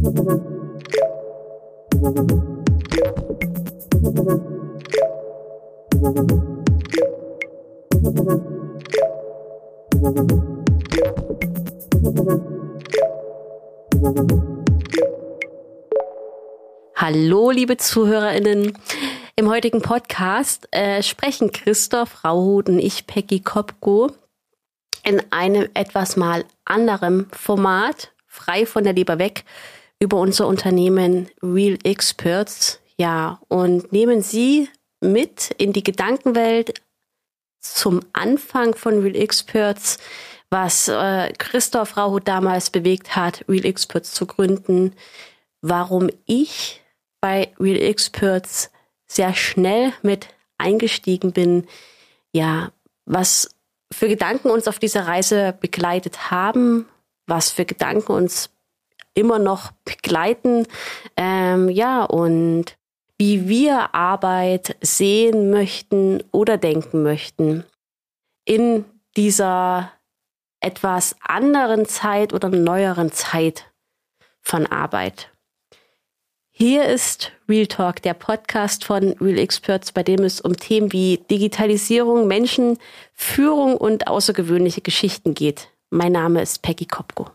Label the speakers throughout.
Speaker 1: Hallo, liebe ZuhörerInnen. Im heutigen Podcast sprechen Christoph Rauhut und ich, Peggy Kopko, in einem etwas mal anderem Format, frei von der Leber weg, über unser Unternehmen Real Experts, ja, und nehmen Sie mit in die Gedankenwelt zum Anfang von Real Experts, was Christoph Rauhut damals bewegt hat, Real Experts zu gründen, warum ich bei Real Experts sehr schnell mit eingestiegen bin, ja, was für Gedanken uns auf dieser Reise begleitet haben, was für Gedanken uns immer noch begleiten, ja, und wie wir Arbeit sehen möchten oder denken möchten in dieser etwas anderen Zeit oder neueren Zeit von Arbeit. Hier ist Real Talk, der Podcast von Real Experts, bei dem es um Themen wie Digitalisierung, Menschen, Führung und außergewöhnliche Geschichten geht. Mein Name ist Peggy Kopko.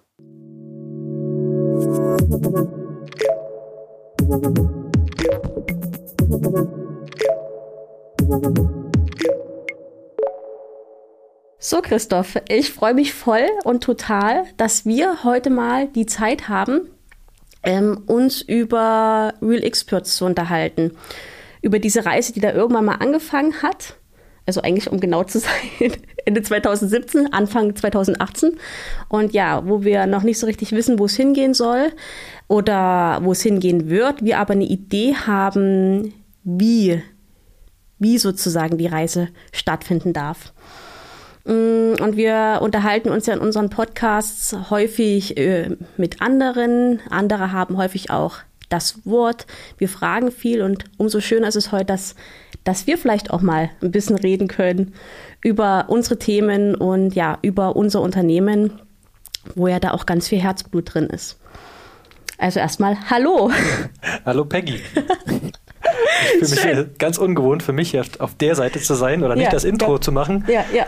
Speaker 1: So, Christoph, ich freue mich voll und total, dass wir heute mal die Zeit haben, uns über Real Experts zu unterhalten. Über diese Reise, die da irgendwann mal angefangen hat. Also eigentlich, um genau zu sein, Ende 2017, Anfang 2018. Und ja, wo wir noch nicht so richtig wissen, wo es hingehen soll oder wo es hingehen wird. Wir aber eine Idee haben, wie sozusagen die Reise stattfinden darf. Und wir unterhalten uns ja in unseren Podcasts häufig mit anderen. Andere haben häufig auch das Wort. Wir fragen viel und umso schöner ist es heute, dass wir vielleicht auch mal ein bisschen reden können über unsere Themen und ja, über unser Unternehmen, wo ja da auch ganz viel Herzblut drin ist. Also erstmal Hallo.
Speaker 2: Hallo Peggy. Ich fühle mich ganz ungewohnt für mich, auf der Seite zu sein oder nicht das Intro zu machen.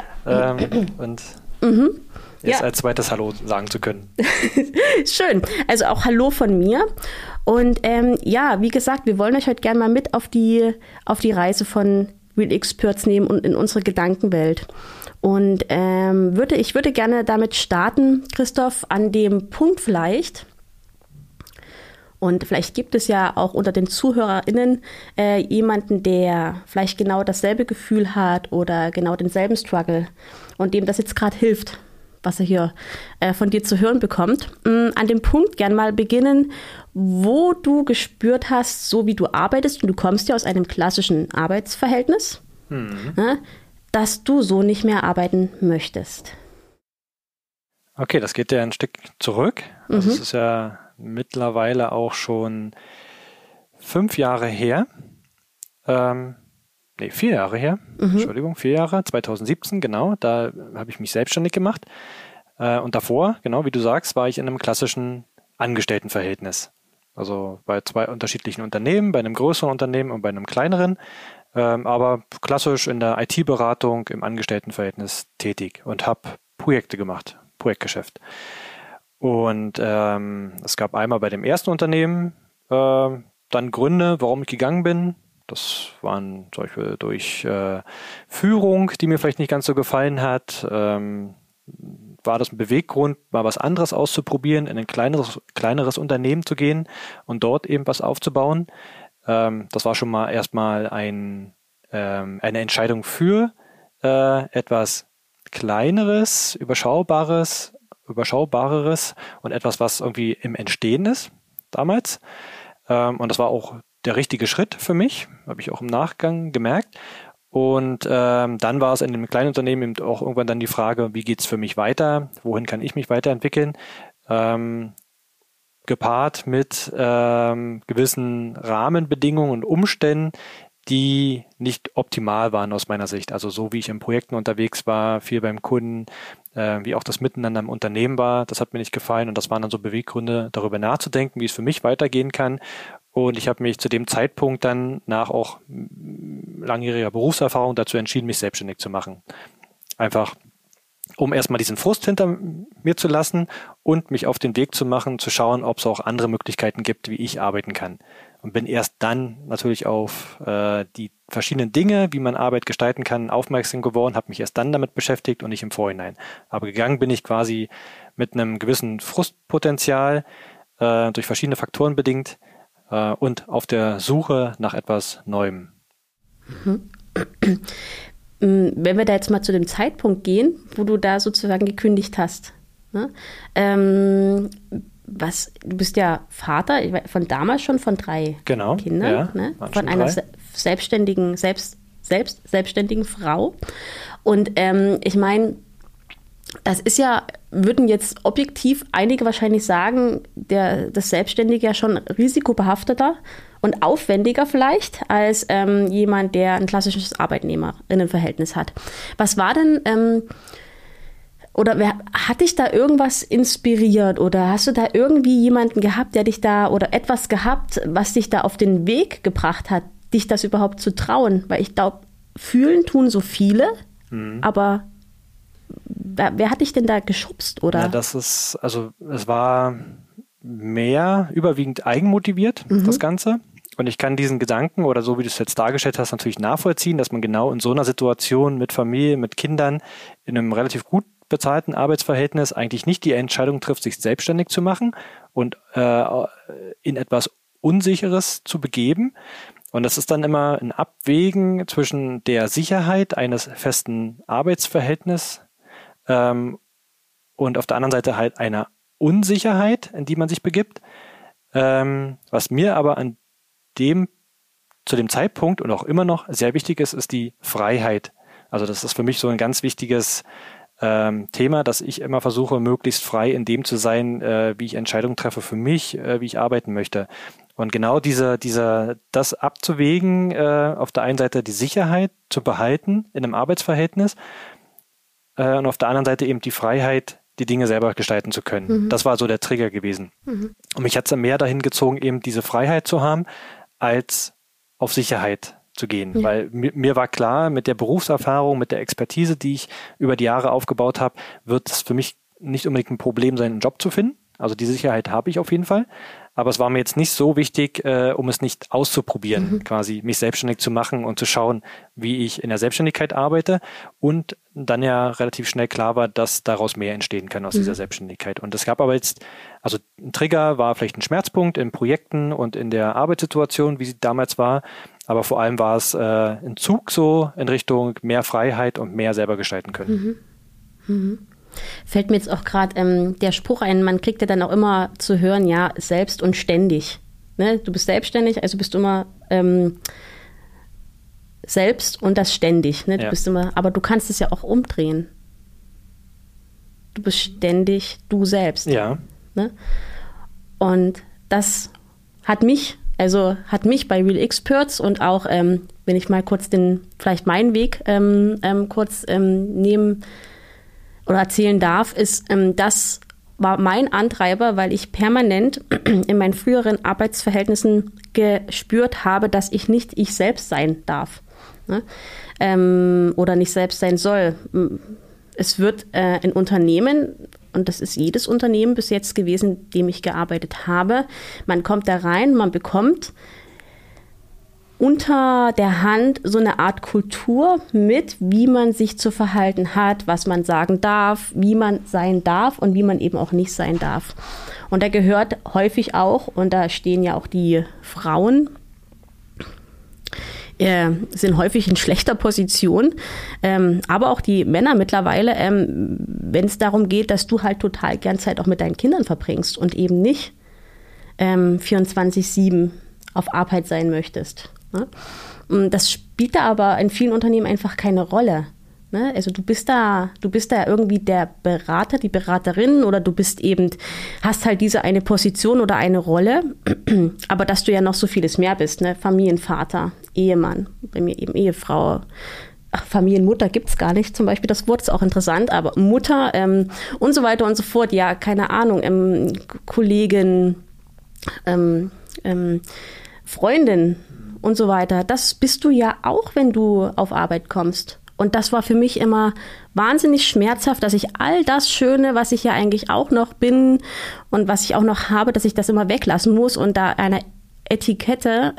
Speaker 2: Und jetzt als zweites Hallo sagen zu können.
Speaker 1: Schön. Also auch Hallo von mir. Und wie gesagt, wir wollen euch heute gerne mal mit auf die Reise von Real Experts nehmen und in unsere Gedankenwelt. Und ich würde gerne damit starten, Christoph, an dem Punkt vielleicht. Und vielleicht gibt es ja auch unter den ZuhörerInnen jemanden, der vielleicht genau dasselbe Gefühl hat oder genau denselben Struggle und dem das jetzt gerade hilft, was er hier von dir zu hören bekommt. An dem Punkt gern mal beginnen, wo du gespürt hast, so wie du arbeitest, und du kommst ja aus einem klassischen Arbeitsverhältnis, dass du so nicht mehr arbeiten möchtest.
Speaker 2: Okay, das geht ja ein Stück zurück. Also es ist ja mittlerweile auch schon 5 Jahre her. 4 Jahre her. Entschuldigung, 4 Jahre. 2017, genau. Da habe ich mich selbstständig gemacht. Und davor, genau wie du sagst, war ich in einem klassischen Angestelltenverhältnis. Also bei 2 unterschiedlichen Unternehmen, bei einem größeren Unternehmen und bei einem kleineren. Aber klassisch in der IT-Beratung im Angestelltenverhältnis tätig und habe Projekte gemacht. Projektgeschäft. Und es gab einmal bei dem ersten Unternehmen dann Gründe, warum ich gegangen bin. Das waren zum Beispiel durch Führung, die mir vielleicht nicht ganz so gefallen hat. War das ein Beweggrund, mal was anderes auszuprobieren, in ein kleineres Unternehmen zu gehen und dort eben was aufzubauen. Das war schon mal erstmal eine Entscheidung für etwas Kleineres, Überschaubareres und etwas, was irgendwie im Entstehen ist damals. Und das war auch der richtige Schritt für mich, habe ich auch im Nachgang gemerkt. Und dann war es in dem kleinen Unternehmen eben auch irgendwann dann die Frage, wie geht's für mich weiter? Wohin kann ich mich weiterentwickeln? Gepaart mit gewissen Rahmenbedingungen und Umständen, die nicht optimal waren aus meiner Sicht. Also so wie ich in Projekten unterwegs war, viel beim Kunden, wie auch das Miteinander im Unternehmen war, das hat mir nicht gefallen und das waren dann so Beweggründe, darüber nachzudenken, wie es für mich weitergehen kann. Und ich habe mich zu dem Zeitpunkt dann nach auch langjähriger Berufserfahrung dazu entschieden, mich selbstständig zu machen. Einfach um erstmal diesen Frust hinter mir zu lassen und mich auf den Weg zu machen, zu schauen, ob es auch andere Möglichkeiten gibt, wie ich arbeiten kann. Und bin erst dann natürlich auf die verschiedenen Dinge, wie man Arbeit gestalten kann, aufmerksam geworden, habe mich erst dann damit beschäftigt und nicht im Vorhinein. Aber gegangen bin ich quasi mit einem gewissen Frustpotenzial, durch verschiedene Faktoren bedingt und auf der Suche nach etwas Neuem.
Speaker 1: Wenn wir da jetzt mal zu dem Zeitpunkt gehen, wo du da sozusagen gekündigt hast, ne? Du bist ja Vater von damals schon von 3 Kindern,
Speaker 2: ja,
Speaker 1: ne? Von einer selbstständigen Frau. Und ich meine, das ist ja, würden jetzt objektiv einige wahrscheinlich sagen, das Selbstständige ja schon risikobehafteter und aufwendiger vielleicht als jemand, der ein klassisches Arbeitnehmerinnenverhältnis hat. Was war denn, hat dich da irgendwas inspiriert oder hast du da irgendwie jemanden gehabt, der dich da oder etwas gehabt, was dich da auf den Weg gebracht hat, dich das überhaupt zu trauen? Weil ich glaube, fühlen tun so viele, aber wer hat dich denn da geschubst, oder?
Speaker 2: Ja, es war mehr überwiegend eigenmotiviert, das Ganze. Und ich kann diesen Gedanken oder so, wie du es jetzt dargestellt hast, natürlich nachvollziehen, dass man genau in so einer Situation mit Familie, mit Kindern in einem relativ gut bezahlten Arbeitsverhältnis eigentlich nicht die Entscheidung trifft, sich selbstständig zu machen und in etwas Unsicheres zu begeben. Und das ist dann immer ein Abwägen zwischen der Sicherheit eines festen Arbeitsverhältnisses und auf der anderen Seite halt einer Unsicherheit, in die man sich begibt. Was mir aber zu dem Zeitpunkt und auch immer noch sehr wichtig ist die Freiheit. Also das ist für mich so ein ganz wichtiges Thema, dass ich immer versuche, möglichst frei in dem zu sein, wie ich Entscheidungen treffe für mich, wie ich arbeiten möchte. Und genau das abzuwägen, auf der einen Seite die Sicherheit zu behalten in einem Arbeitsverhältnis und auf der anderen Seite eben die Freiheit, die Dinge selber gestalten zu können. Das war so der Trigger gewesen. Und mich hat es mehr dahin gezogen, eben diese Freiheit zu haben, als auf Sicherheit zu gehen. Ja. Weil mir war klar, mit der Berufserfahrung, mit der Expertise, die ich über die Jahre aufgebaut habe, wird es für mich nicht unbedingt ein Problem sein, einen Job zu finden. Also die Sicherheit habe ich auf jeden Fall. Aber es war mir jetzt nicht so wichtig, um es nicht auszuprobieren, quasi mich selbstständig zu machen und zu schauen, wie ich in der Selbstständigkeit arbeite. Und dann ja relativ schnell klar war, dass daraus mehr entstehen kann aus dieser Selbstständigkeit. Und es gab aber jetzt, also ein Trigger war vielleicht ein Schmerzpunkt in Projekten und in der Arbeitssituation, wie sie damals war. Aber vor allem war es ein Zug so in Richtung mehr Freiheit und mehr selber gestalten können.
Speaker 1: Fällt mir jetzt auch gerade der Spruch ein, man kriegt ja dann auch immer zu hören, ja, selbst und ständig. Ne? Du bist selbstständig, also bist du immer selbst und das ständig. Ne? Du bist immer, aber du kannst es ja auch umdrehen. Du bist ständig du selbst.
Speaker 2: Ja.
Speaker 1: Ne? Und das hat mich bei Real Experts und auch, wenn ich mal kurz vielleicht meinen Weg kurz nehmen oder erzählen darf, ist, das war mein Antreiber, weil ich permanent in meinen früheren Arbeitsverhältnissen gespürt habe, dass ich nicht ich selbst sein darf, ne? Oder nicht selbst sein soll. Es wird in Unternehmen, und das ist jedes Unternehmen bis jetzt gewesen, in dem ich gearbeitet habe, man kommt da rein, man bekommt unter der Hand so eine Art Kultur mit, wie man sich zu verhalten hat, was man sagen darf, wie man sein darf und wie man eben auch nicht sein darf. Und da gehört häufig auch, und da stehen ja auch die Frauen, sind häufig in schlechter Position, aber auch die Männer mittlerweile, wenn es darum geht, dass du halt total gern Zeit auch mit deinen Kindern verbringst und eben nicht 24/7 auf Arbeit sein möchtest. Ne? Das spielt da aber in vielen Unternehmen einfach keine Rolle. Ne? Also du bist da irgendwie der Berater, die Beraterin oder du bist eben, hast halt diese eine Position oder eine Rolle, aber dass du ja noch so vieles mehr bist, ne? Familienvater, Ehemann, bei mir eben Ehefrau. Ach, Familienmutter gibt's gar nicht, zum Beispiel, das Wort ist auch interessant, aber Mutter und so weiter und so fort, ja, keine Ahnung, Kollegin, Freundin und so weiter, das bist du ja auch, wenn du auf Arbeit kommst. Und das war für mich immer wahnsinnig schmerzhaft, dass ich all das Schöne, was ich ja eigentlich auch noch bin und was ich auch noch habe, dass ich das immer weglassen muss und da eine Etikette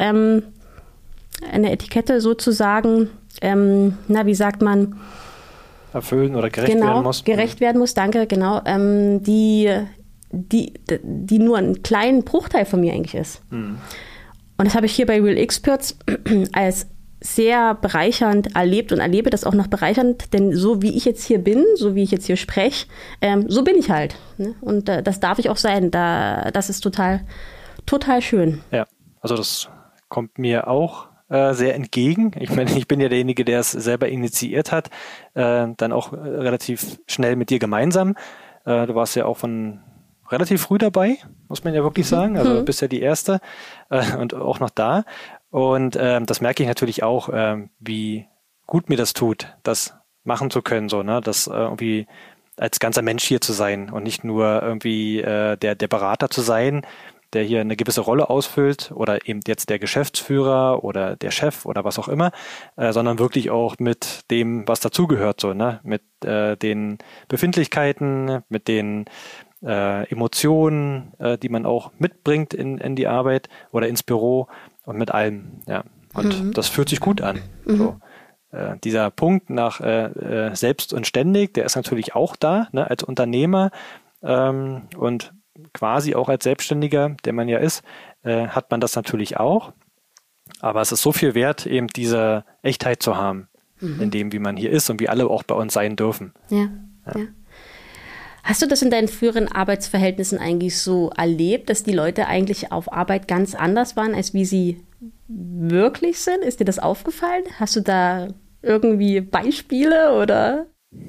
Speaker 1: sozusagen, wie sagt man?
Speaker 2: Erfüllen oder gerecht werden muss.
Speaker 1: Gerecht werden muss, danke, genau. Die nur einen kleinen Bruchteil von mir eigentlich ist. Mhm. Und das habe ich hier bei Real Experts als sehr bereichernd erlebt und erlebe das auch noch bereichernd, denn so wie ich jetzt hier bin, so wie ich jetzt hier spreche, so bin ich halt. Ne? Und das darf ich auch sein. Das ist total, total schön.
Speaker 2: Ja, also das kommt mir auch sehr entgegen. Ich meine, ich bin ja derjenige, der es selber initiiert hat, dann auch relativ schnell mit dir gemeinsam. Du warst ja auch von relativ früh dabei, muss man ja wirklich sagen. Also du bist ja die Erste und auch noch da. Und das merke ich natürlich auch, wie gut mir das tut, das machen zu können, so, ne, das irgendwie als ganzer Mensch hier zu sein und nicht nur irgendwie der Berater zu sein, der hier eine gewisse Rolle ausfüllt oder eben jetzt der Geschäftsführer oder der Chef oder was auch immer, sondern wirklich auch mit dem, was dazugehört, so, ne, mit den Befindlichkeiten, mit den Emotionen, die man auch mitbringt in die Arbeit oder ins Büro. Und mit allem, ja. Und das fühlt sich gut an. So. Dieser Punkt nach selbst und ständig, der ist natürlich auch da, ne, als Unternehmer und quasi auch als Selbstständiger, der man ja ist, hat man das natürlich auch. Aber es ist so viel wert, eben diese Echtheit zu haben, in dem, wie man hier ist und wie alle auch bei uns sein dürfen.
Speaker 1: Ja. Hast du das in deinen früheren Arbeitsverhältnissen eigentlich so erlebt, dass die Leute eigentlich auf Arbeit ganz anders waren, als wie sie wirklich sind? Ist dir das aufgefallen? Hast du da irgendwie Beispiele oder?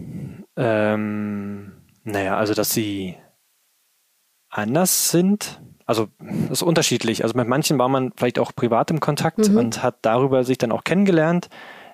Speaker 2: Also dass sie anders sind, also das ist unterschiedlich. Also mit manchen war man vielleicht auch privat im Kontakt und hat darüber sich dann auch kennengelernt.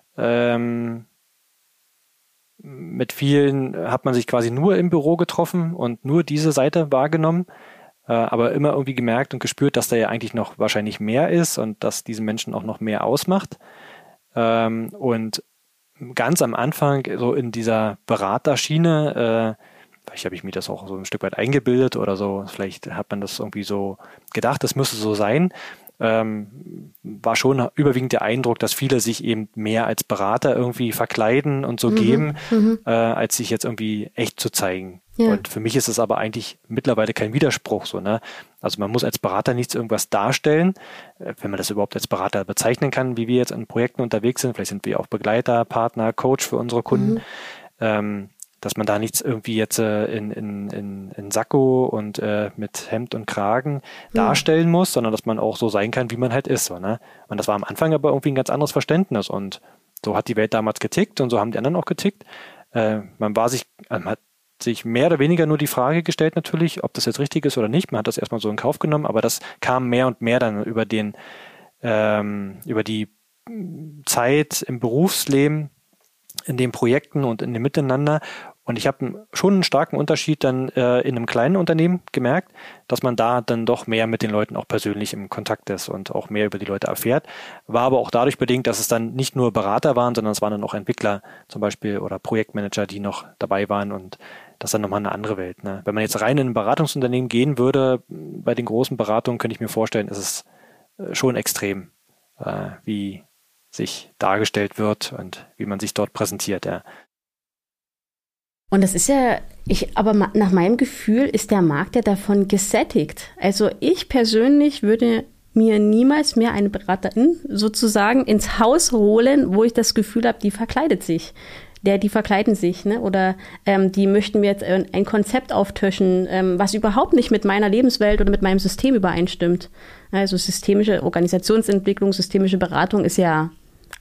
Speaker 2: Mit vielen hat man sich quasi nur im Büro getroffen und nur diese Seite wahrgenommen, aber immer irgendwie gemerkt und gespürt, dass da ja eigentlich noch wahrscheinlich mehr ist und dass diese Menschen auch noch mehr ausmacht. Und ganz am Anfang, so in dieser Beraterschiene, vielleicht habe ich mir das auch so ein Stück weit eingebildet oder so, vielleicht hat man das irgendwie so gedacht, das müsste so sein, war schon überwiegend der Eindruck, dass viele sich eben mehr als Berater irgendwie verkleiden und so geben, als sich jetzt irgendwie echt zu zeigen. Ja. Und für mich ist es aber eigentlich mittlerweile kein Widerspruch, so, ne? Also man muss als Berater nichts irgendwas darstellen, wenn man das überhaupt als Berater bezeichnen kann, wie wir jetzt in Projekten unterwegs sind. Vielleicht sind wir auch Begleiter, Partner, Coach für unsere Kunden. Dass man da nichts irgendwie jetzt in Sakko und mit Hemd und Kragen darstellen muss, sondern dass man auch so sein kann, wie man halt ist. So, ne? Und das war am Anfang aber irgendwie ein ganz anderes Verständnis und so hat die Welt damals getickt und so haben die anderen auch getickt. Man hat sich mehr oder weniger nur die Frage gestellt natürlich, ob das jetzt richtig ist oder nicht. Man hat das erstmal so in Kauf genommen, aber das kam mehr und mehr dann über die Zeit im Berufsleben, in den Projekten und in dem Miteinander. Und ich habe schon einen starken Unterschied dann in einem kleinen Unternehmen gemerkt, dass man da dann doch mehr mit den Leuten auch persönlich im Kontakt ist und auch mehr über die Leute erfährt. War aber auch dadurch bedingt, dass es dann nicht nur Berater waren, sondern es waren dann auch Entwickler zum Beispiel oder Projektmanager, die noch dabei waren und das ist dann nochmal eine andere Welt. Ne? Wenn man jetzt rein in ein Beratungsunternehmen gehen würde, bei den großen Beratungen könnte ich mir vorstellen, ist es schon extrem, wie sich dargestellt wird und wie man sich dort präsentiert, ja.
Speaker 1: Und das ist ja, aber nach meinem Gefühl ist der Markt ja davon gesättigt. Also ich persönlich würde mir niemals mehr eine Beraterin sozusagen ins Haus holen, wo ich das Gefühl habe, die verkleidet sich. Die verkleiden sich, ne? Oder die möchten mir jetzt ein Konzept auftischen, was überhaupt nicht mit meiner Lebenswelt oder mit meinem System übereinstimmt. Also systemische Organisationsentwicklung, systemische Beratung ist ja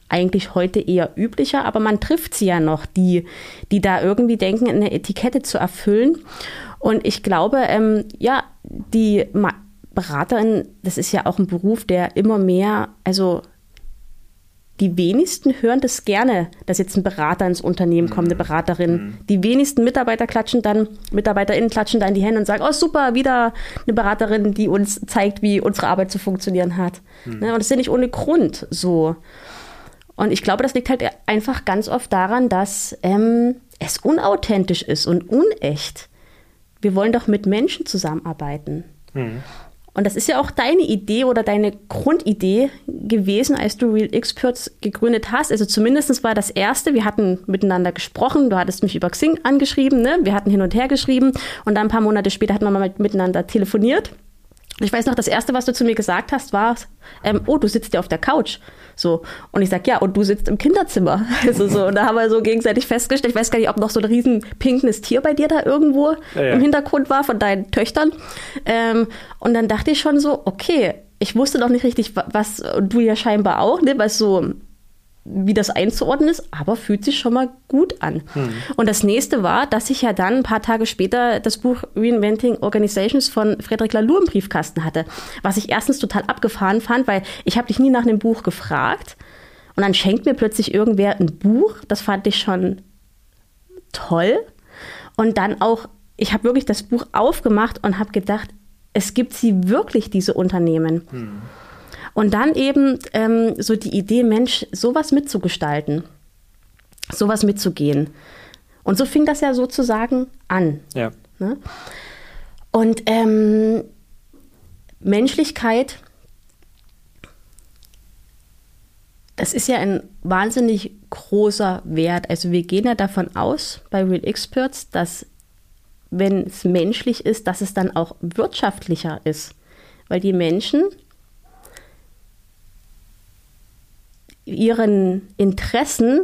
Speaker 1: eigentlich heute eher üblicher, aber man trifft sie ja noch, die da irgendwie denken, eine Etikette zu erfüllen. Und ich glaube, die Beraterin, das ist ja auch ein Beruf, der immer mehr, also die wenigsten hören das gerne, dass jetzt ein Berater ins Unternehmen kommt, eine Beraterin. Die wenigsten MitarbeiterInnen klatschen dann in die Hände und sagen, oh super, wieder eine Beraterin, die uns zeigt, wie unsere Arbeit zu funktionieren hat. Ne? Und das ist ja nicht ohne Grund so. Und ich glaube, das liegt halt einfach ganz oft daran, dass es unauthentisch ist und unecht. Wir wollen doch mit Menschen zusammenarbeiten. Und das ist ja auch deine Idee oder deine Grundidee gewesen, als du Real Experts gegründet hast. Also zumindest war das erste, wir hatten miteinander gesprochen, du hattest mich über Xing angeschrieben, ne? Wir hatten hin und her geschrieben und dann ein paar Monate später hatten wir mal miteinander telefoniert. Ich weiß noch, das Erste, was du zu mir gesagt hast, war, oh, du sitzt ja auf der Couch. So. Und ich sag, ja, und du sitzt im Kinderzimmer. Also so. Und da haben wir so gegenseitig festgestellt, ich weiß gar nicht, ob noch so ein riesen pinkes Tier bei dir da irgendwo im Hintergrund war von deinen Töchtern. Und dann dachte ich schon so, okay, ich wusste noch nicht richtig, was, und du ja scheinbar auch, ne, was so, wie das einzuordnen ist, aber fühlt sich schon mal gut an. Und das nächste war, dass ich ja dann ein paar Tage später das Buch Reinventing Organizations von Frederic Laloux im Briefkasten hatte, was ich erstens total abgefahren fand, weil ich habe dich nie nach einem Buch gefragt und dann schenkt mir plötzlich irgendwer ein Buch, das fand ich schon toll. Und dann auch, ich habe wirklich das Buch aufgemacht und habe gedacht, es gibt sie wirklich, diese Unternehmen. Und dann eben so die Idee, Mensch, sowas mitzugestalten, sowas mitzugehen. Und so fing das ja sozusagen an.
Speaker 2: Ja.
Speaker 1: Ne? Und Menschlichkeit, das ist ja ein wahnsinnig großer Wert. Also wir gehen ja davon aus, bei Real Experts, dass wenn es menschlich ist, dass es dann auch wirtschaftlicher ist. Weil die Menschen ihren Interessen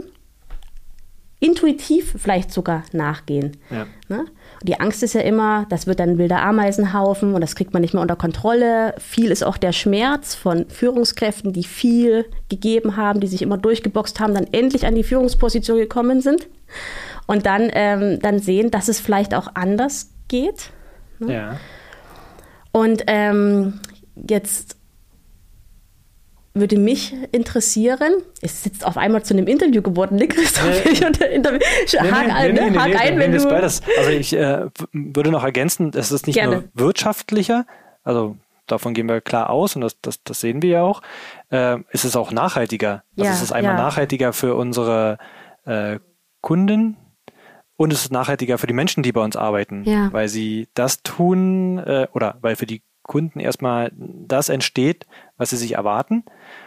Speaker 1: intuitiv vielleicht sogar nachgehen.
Speaker 2: Ja.
Speaker 1: Ne? Und die Angst ist ja immer, das wird dann ein wilder Ameisenhaufen und das kriegt man nicht mehr unter Kontrolle. Viel ist auch der Schmerz von Führungskräften, die viel gegeben haben, die sich immer durchgeboxt haben, dann endlich an die Führungsposition gekommen sind und dann sehen, dass es vielleicht auch anders geht. Ne?
Speaker 2: Ja.
Speaker 1: Und jetzt würde mich interessieren, es ist jetzt auf einmal zu einem Interview geworden, ne, Christoph? Hak ein, wenn du...
Speaker 2: Also ich würde noch ergänzen, es ist nicht nur wirtschaftlicher, also davon gehen wir klar aus und das sehen wir ja auch, es ist auch nachhaltiger. Also es ist einmal nachhaltiger für unsere Kunden und es ist nachhaltiger für die Menschen, die bei uns arbeiten, weil sie das tun oder weil für die Kunden erstmal das entsteht, was sie sich erwarten,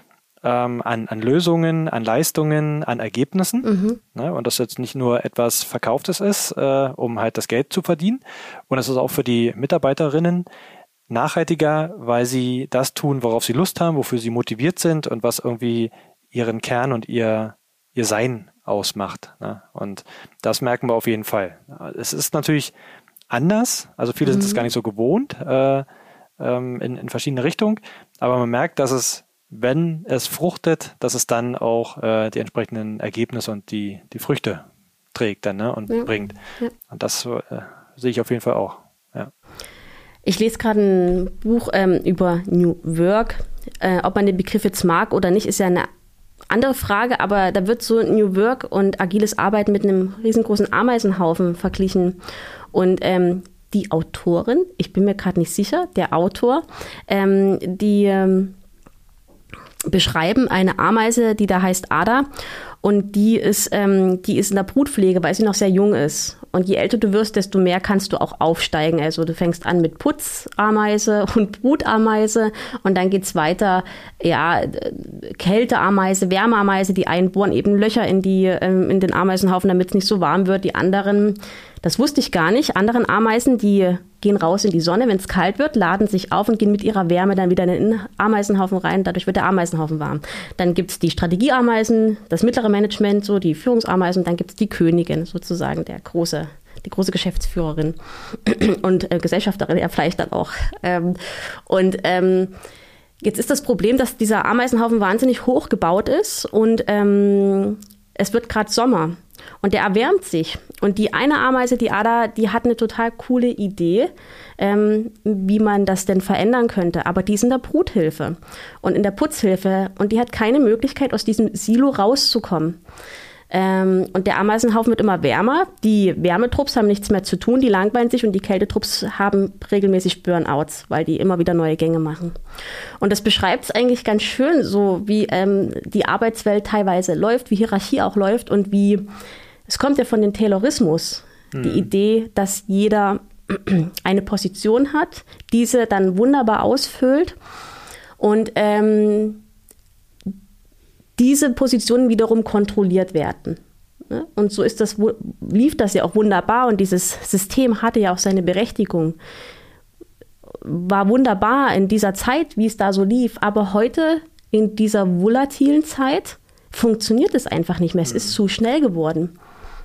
Speaker 2: an Lösungen, an Leistungen, an Ergebnissen. Ne? Und das jetzt nicht nur etwas Verkauftes ist, um halt das Geld zu verdienen. Und es ist auch für die Mitarbeiterinnen nachhaltiger, weil sie das tun, worauf sie Lust haben, wofür sie motiviert sind und was irgendwie ihren Kern und ihr Sein ausmacht. Ne? Und das merken wir auf jeden Fall. Es ist natürlich anders, also viele sind es gar nicht so gewohnt, in verschiedene Richtungen, aber man merkt, dass es, wenn es fruchtet, dass es dann auch die entsprechenden Ergebnisse und die Früchte trägt dann, ne, und bringt. Ja. Und das sehe ich auf jeden Fall auch. Ja.
Speaker 1: Ich lese gerade ein Buch über New Work. Ob man den Begriff jetzt mag oder nicht, ist ja eine andere Frage, aber da wird so New Work und agiles Arbeiten mit einem riesengroßen Ameisenhaufen verglichen. Und die Autorin, ich bin mir gerade nicht sicher, der Autor, die beschreiben eine Ameise, die da heißt Ada und die ist in der Brutpflege, weil sie noch sehr jung ist. Und je älter du wirst, desto mehr kannst du auch aufsteigen. Also du fängst an mit Putzameise und Brutameise und dann geht's weiter, Kälteameise, Wärmeameise, die einen bohren eben Löcher in den Ameisenhaufen, damit es nicht so warm wird. Die anderen, das wusste ich gar nicht, anderen Ameisen, die gehen raus in die Sonne, wenn es kalt wird, laden sich auf und gehen mit ihrer Wärme dann wieder in den Ameisenhaufen rein. Dadurch wird der Ameisenhaufen warm. Dann gibt es die Strategieameisen, das mittlere Management, so die Führungsameisen. Dann gibt es die Königin, sozusagen die große Geschäftsführerin und Gesellschafterin, ja vielleicht dann auch. Jetzt ist das Problem, dass dieser Ameisenhaufen wahnsinnig hoch gebaut ist und es wird gerade Sommer und der erwärmt sich. Und die eine Ameise, die Ada, die hat eine total coole Idee, wie man das denn verändern könnte. Aber die ist in der Bruthilfe und in der Putzhilfe und die hat keine Möglichkeit, aus diesem Silo rauszukommen. Und der Ameisenhaufen wird immer wärmer. Die Wärmetrupps haben nichts mehr zu tun, die langweilen sich und die Kältetrupps haben regelmäßig Burnouts, weil die immer wieder neue Gänge machen. Und das beschreibt es eigentlich ganz schön, so wie die Arbeitswelt teilweise läuft, wie Hierarchie auch läuft und wie, es kommt ja von dem Taylorismus, die Idee, dass jeder eine Position hat, diese dann wunderbar ausfüllt und diese Positionen wiederum kontrolliert werden. Und so lief das ja auch wunderbar und dieses System hatte ja auch seine Berechtigung. War wunderbar in dieser Zeit, wie es da so lief, aber heute in dieser volatilen Zeit funktioniert es einfach nicht mehr. Es ist zu schnell geworden.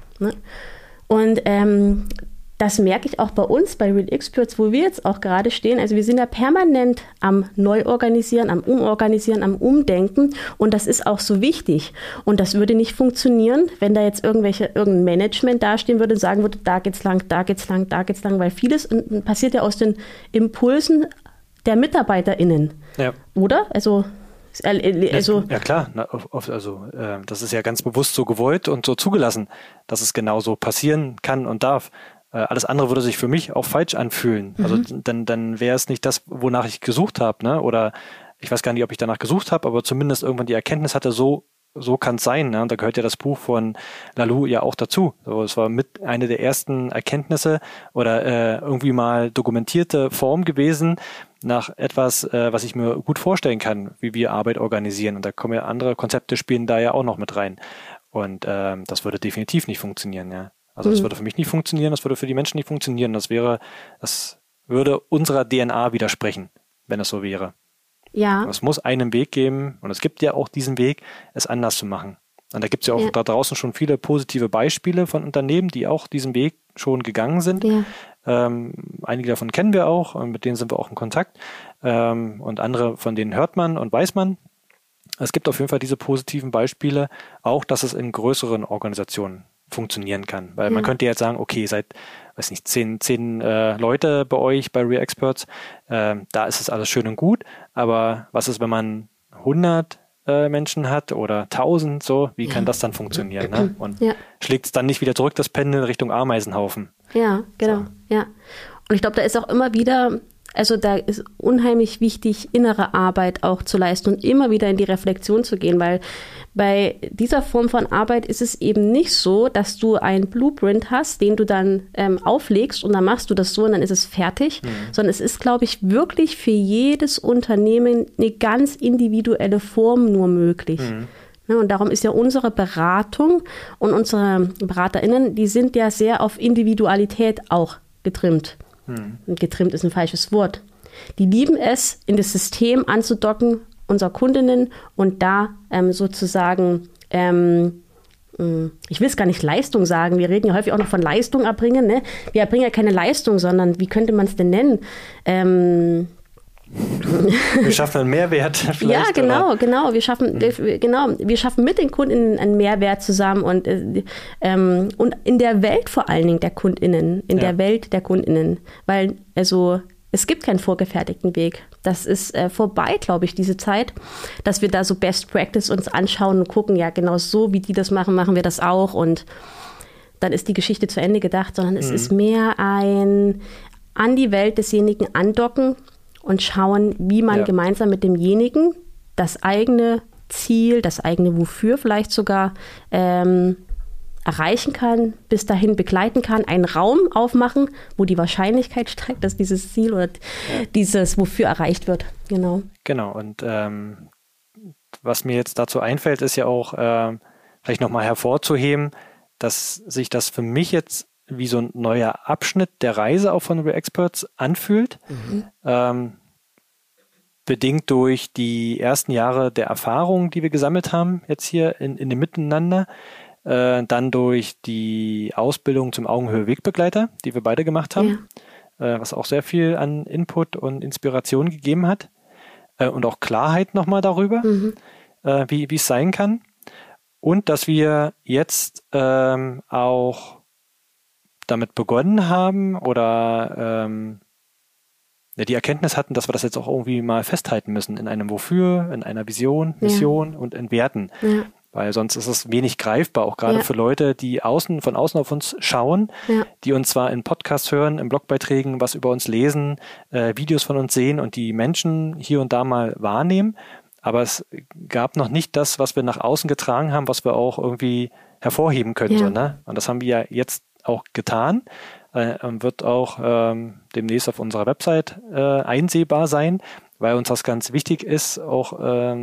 Speaker 1: Und das merke ich auch bei uns, bei Real Experts, wo wir jetzt auch gerade stehen. Also wir sind ja permanent am Neuorganisieren, am Umorganisieren, am Umdenken. Und das ist auch so wichtig. Und das würde nicht funktionieren, wenn da jetzt irgendein Management dastehen würde und sagen würde, da geht's lang, da geht's lang, da geht's lang. Weil vieles passiert ja aus den Impulsen der MitarbeiterInnen. Ja. Oder? Also
Speaker 2: ja klar, das ist ja ganz bewusst so gewollt und so zugelassen, dass es genauso passieren kann und darf. Alles andere würde sich für mich auch falsch anfühlen. Also dann wäre es nicht das, wonach ich gesucht habe, ne? Oder ich weiß gar nicht, ob ich danach gesucht habe, aber zumindest irgendwann die Erkenntnis hatte, so kann es sein. Ne? Und da gehört ja das Buch von Laloux ja auch dazu. So, es war mit eine der ersten Erkenntnisse oder irgendwie mal dokumentierte Form gewesen nach etwas, was ich mir gut vorstellen kann, wie wir Arbeit organisieren. Und da kommen ja andere Konzepte, spielen da ja auch noch mit rein. Und das würde definitiv nicht funktionieren, ja. Also das würde für mich nicht funktionieren, das würde für die Menschen nicht funktionieren. Das würde unserer DNA widersprechen, wenn es so wäre. Ja. Es muss einen Weg geben, und es gibt ja auch diesen Weg, es anders zu machen. Und da gibt es ja auch da draußen schon viele positive Beispiele von Unternehmen, die auch diesen Weg schon gegangen sind. Ja. Einige davon kennen wir auch, und mit denen sind wir auch in Kontakt. Und andere, von denen hört man und weiß man. Es gibt auf jeden Fall diese positiven Beispiele, auch dass es in größeren Organisationen funktionieren kann. Weil man könnte jetzt sagen, okay, seid, weiß nicht, 10 Leute bei euch, bei Real Experts, da ist es alles schön und gut, aber was ist, wenn man 100 Menschen hat oder 1000, so, wie kann das dann funktionieren? Ne? Und schlägt es dann nicht wieder zurück, das Pendel Richtung Ameisenhaufen?
Speaker 1: Ja, genau, so. Ja. Und ich glaube, da ist auch immer wieder, also da ist unheimlich wichtig, innere Arbeit auch zu leisten und immer wieder in die Reflexion zu gehen, weil bei dieser Form von Arbeit ist es eben nicht so, dass du einen Blueprint hast, den du dann auflegst und dann machst du das so und dann ist es fertig, sondern es ist, glaube ich, wirklich für jedes Unternehmen eine ganz individuelle Form nur möglich. Ja, und darum ist ja unsere Beratung und unsere BeraterInnen, die sind ja sehr auf Individualität auch getrimmt. Und getrimmt ist ein falsches Wort. Die lieben es, in das System anzudocken, unserer Kundinnen, und da sozusagen, ich will es gar nicht Leistung sagen, wir reden ja häufig auch noch von Leistung erbringen, ne? Wir erbringen ja keine Leistung, sondern wie könnte man es denn nennen?
Speaker 2: Wir schaffen einen Mehrwert vielleicht.
Speaker 1: Ja, genau. Wir schaffen mit den Kundinnen einen Mehrwert zusammen und in der Welt vor allen Dingen der Kundinnen, der Welt der Kundinnen, weil also es gibt keinen vorgefertigten Weg. Das ist vorbei, glaube ich, diese Zeit, dass wir da so Best Practice uns anschauen und gucken, ja, genau so, wie die das machen, machen wir das auch und dann ist die Geschichte zu Ende gedacht, sondern es ist mehr ein an die Welt desjenigen andocken und schauen, wie man gemeinsam mit demjenigen das eigene Ziel, das eigene Wofür vielleicht sogar erreichen kann, bis dahin begleiten kann, einen Raum aufmachen, wo die Wahrscheinlichkeit steigt, dass dieses Ziel oder dieses Wofür erreicht wird. Genau.
Speaker 2: Genau. Und was mir jetzt dazu einfällt, ist ja auch vielleicht nochmal hervorzuheben, dass sich das für mich jetzt wie so ein neuer Abschnitt der Reise auch von Real Experts anfühlt. Bedingt durch die ersten Jahre der Erfahrung, die wir gesammelt haben, jetzt hier in dem Miteinander. Dann durch die Ausbildung zum Augenhöhe-Wegbegleiter, die wir beide gemacht haben, was auch sehr viel an Input und Inspiration gegeben hat. und auch Klarheit nochmal darüber, wie es sein kann. Und dass wir jetzt auch damit begonnen haben oder die Erkenntnis hatten, dass wir das jetzt auch irgendwie mal festhalten müssen in einem Wofür, in einer Vision, Mission und in Werten. Ja. Weil sonst ist es wenig greifbar, auch gerade für Leute, die von außen auf uns schauen, die uns zwar in Podcasts hören, in Blogbeiträgen was über uns lesen, Videos von uns sehen und die Menschen hier und da mal wahrnehmen, aber es gab noch nicht das, was wir nach außen getragen haben, was wir auch irgendwie hervorheben können. So, ne? Und das haben wir ja jetzt auch getan. Wird auch demnächst auf unserer Website einsehbar sein, weil uns das ganz wichtig ist, auch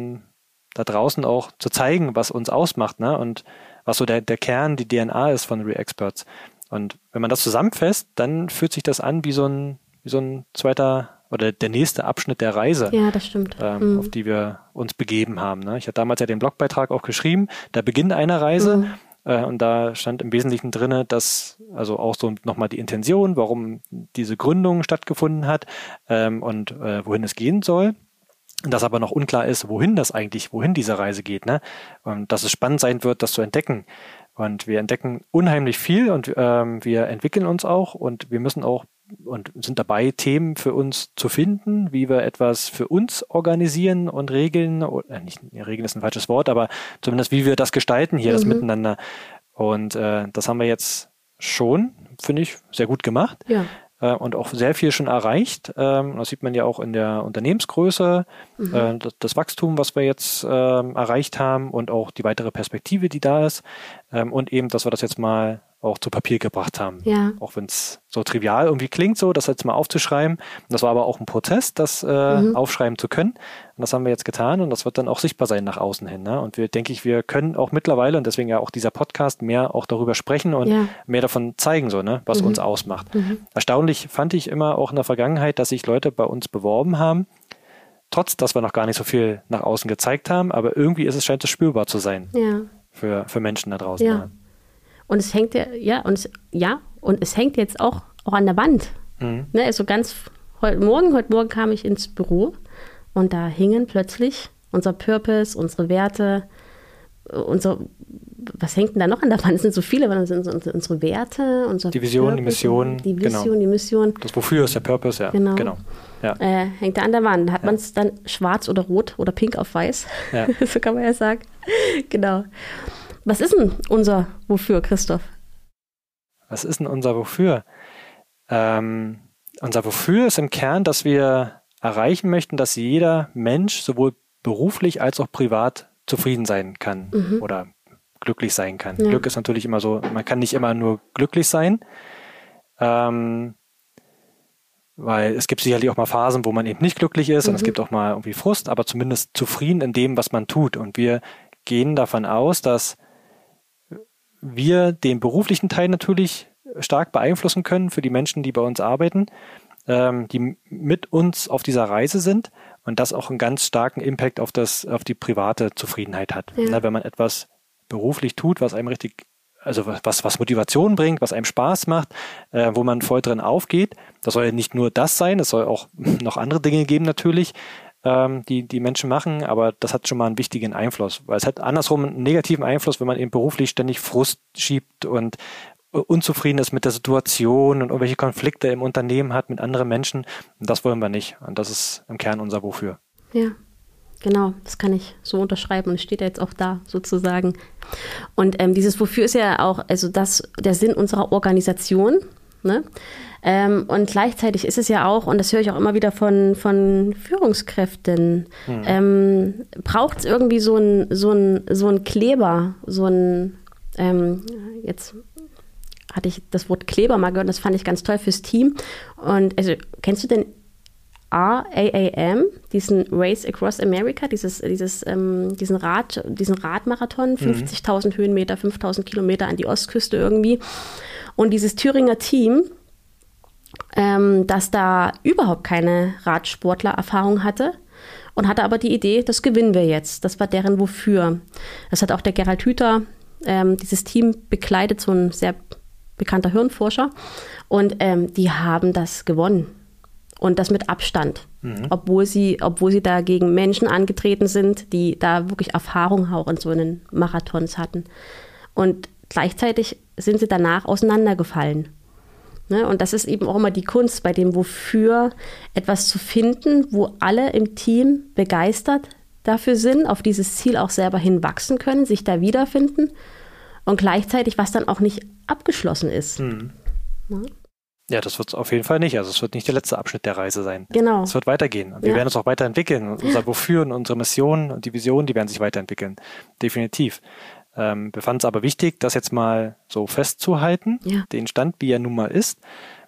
Speaker 2: da draußen auch zu zeigen, was uns ausmacht, ne? Und was so der Kern, die DNA ist von ReExperts. Und wenn man das zusammenfasst, dann fühlt sich das an wie so ein zweiter oder der nächste Abschnitt der Reise,
Speaker 1: das stimmt.
Speaker 2: Auf die wir uns begeben haben. Ne? Ich hatte damals ja den Blogbeitrag auch geschrieben, der Beginn einer Reise. Und da stand im Wesentlichen drin, dass also auch so nochmal die Intention, warum diese Gründung stattgefunden hat und wohin es gehen soll. Und dass aber noch unklar ist, wohin diese Reise geht. Ne? Und dass es spannend sein wird, das zu entdecken. Und wir entdecken unheimlich viel und wir entwickeln uns auch und wir müssen auch und sind dabei, Themen für uns zu finden, wie wir etwas für uns organisieren und regeln. Nicht regeln ist ein falsches Wort, aber zumindest wie wir das gestalten hier, das Miteinander. Und das haben wir jetzt schon, finde ich, sehr gut gemacht. Ja. Und auch sehr viel schon erreicht. Das sieht man ja auch in der Unternehmensgröße, das Wachstum, was wir jetzt erreicht haben und auch die weitere Perspektive, die da ist. Und eben, dass wir das jetzt mal auch zu Papier gebracht haben. Ja. Auch wenn es so trivial irgendwie klingt, so das jetzt mal aufzuschreiben. Das war aber auch ein Prozess, das aufschreiben zu können. Und das haben wir jetzt getan und das wird dann auch sichtbar sein nach außen hin. Ne? Und wir können auch mittlerweile, und deswegen ja auch dieser Podcast, mehr auch darüber sprechen und mehr davon zeigen, so, ne, was uns ausmacht. Erstaunlich fand ich immer auch in der Vergangenheit, dass sich Leute bei uns beworben haben, trotz, dass wir noch gar nicht so viel nach außen gezeigt haben, aber irgendwie scheint es spürbar zu sein für Menschen da draußen. Ja.
Speaker 1: Und es hängt und es hängt jetzt auch an der Wand. Ne, also heute Morgen kam ich ins Büro und da hingen plötzlich unser Purpose, unsere Werte, was hängt denn da noch an der Wand? Es sind so viele, weil das sind unsere Werte,
Speaker 2: die Vision, Purpose,
Speaker 1: die Mission, die Mission.
Speaker 2: Das Wofür ist der Purpose, ja. Genau. Ja.
Speaker 1: Hängt da an der Wand. Hat man es dann schwarz oder rot oder pink auf weiß? Ja. So kann man ja sagen. Genau. Was ist denn unser Wofür, Christoph?
Speaker 2: Was ist denn unser Wofür? Unser Wofür ist im Kern, dass wir erreichen möchten, dass jeder Mensch sowohl beruflich als auch privat zufrieden sein kann oder glücklich sein kann. Ja. Glück ist natürlich immer so, man kann nicht immer nur glücklich sein, weil es gibt sicherlich auch mal Phasen, wo man eben nicht glücklich ist und es gibt auch mal irgendwie Frust, aber zumindest zufrieden in dem, was man tut. Und wir gehen davon aus, dass wir den beruflichen Teil natürlich stark beeinflussen können für die Menschen, die bei uns arbeiten, die mit uns auf dieser Reise sind und das auch einen ganz starken Impact auf die private Zufriedenheit hat. Ja. Na, wenn man etwas beruflich tut, was einem was Motivation bringt, was einem Spaß macht, wo man voll drin aufgeht, das soll ja nicht nur das sein, es soll auch noch andere Dinge geben natürlich, die Menschen machen, aber das hat schon mal einen wichtigen Einfluss, weil es hat andersrum einen negativen Einfluss, wenn man eben beruflich ständig Frust schiebt und unzufrieden ist mit der Situation und irgendwelche Konflikte im Unternehmen hat mit anderen Menschen. Und das wollen wir nicht. Und das ist im Kern unser Wofür.
Speaker 1: Ja, genau. Das kann ich so unterschreiben. Und es steht ja jetzt auch da sozusagen. Und dieses Wofür ist ja auch der Sinn unserer Organisation. Ne? Und gleichzeitig ist es ja auch, und das höre ich auch immer wieder von Führungskräften, braucht es irgendwie so ein Kleber, jetzt hatte ich das Wort Kleber mal gehört, das fand ich ganz toll fürs Team. Und also, kennst du den RAAM, diesen Race Across America, diesen Radmarathon, 50.000 Höhenmeter, 5.000 Kilometer an die Ostküste irgendwie. Und dieses Thüringer Team, das da überhaupt keine Radsportler-Erfahrung hatte und hatte aber die Idee, das gewinnen wir jetzt. Das war deren Wofür. Das hat auch der Gerald Hüther, dieses Team bekleidet, so ein sehr bekannter Hirnforscher. Und die haben das gewonnen. Und das mit Abstand, obwohl sie da gegen Menschen angetreten sind, die da wirklich Erfahrung auch in so einen Marathons hatten. Und gleichzeitig sind sie danach auseinandergefallen. Ne? Und das ist eben auch immer die Kunst, bei dem Wofür etwas zu finden, wo alle im Team begeistert dafür sind, auf dieses Ziel auch selber hinwachsen können, sich da wiederfinden und gleichzeitig, was dann auch nicht abgeschlossen ist. Ja?
Speaker 2: Ja, das wird es auf jeden Fall nicht. Also es wird nicht der letzte Abschnitt der Reise sein.
Speaker 1: Genau.
Speaker 2: Es wird weitergehen. Und wir werden uns auch weiterentwickeln. Unser Wofür und unsere Mission und die Vision, die werden sich weiterentwickeln. Definitiv. Wir fanden es aber wichtig, das jetzt mal so festzuhalten, den Stand, wie er nun mal ist,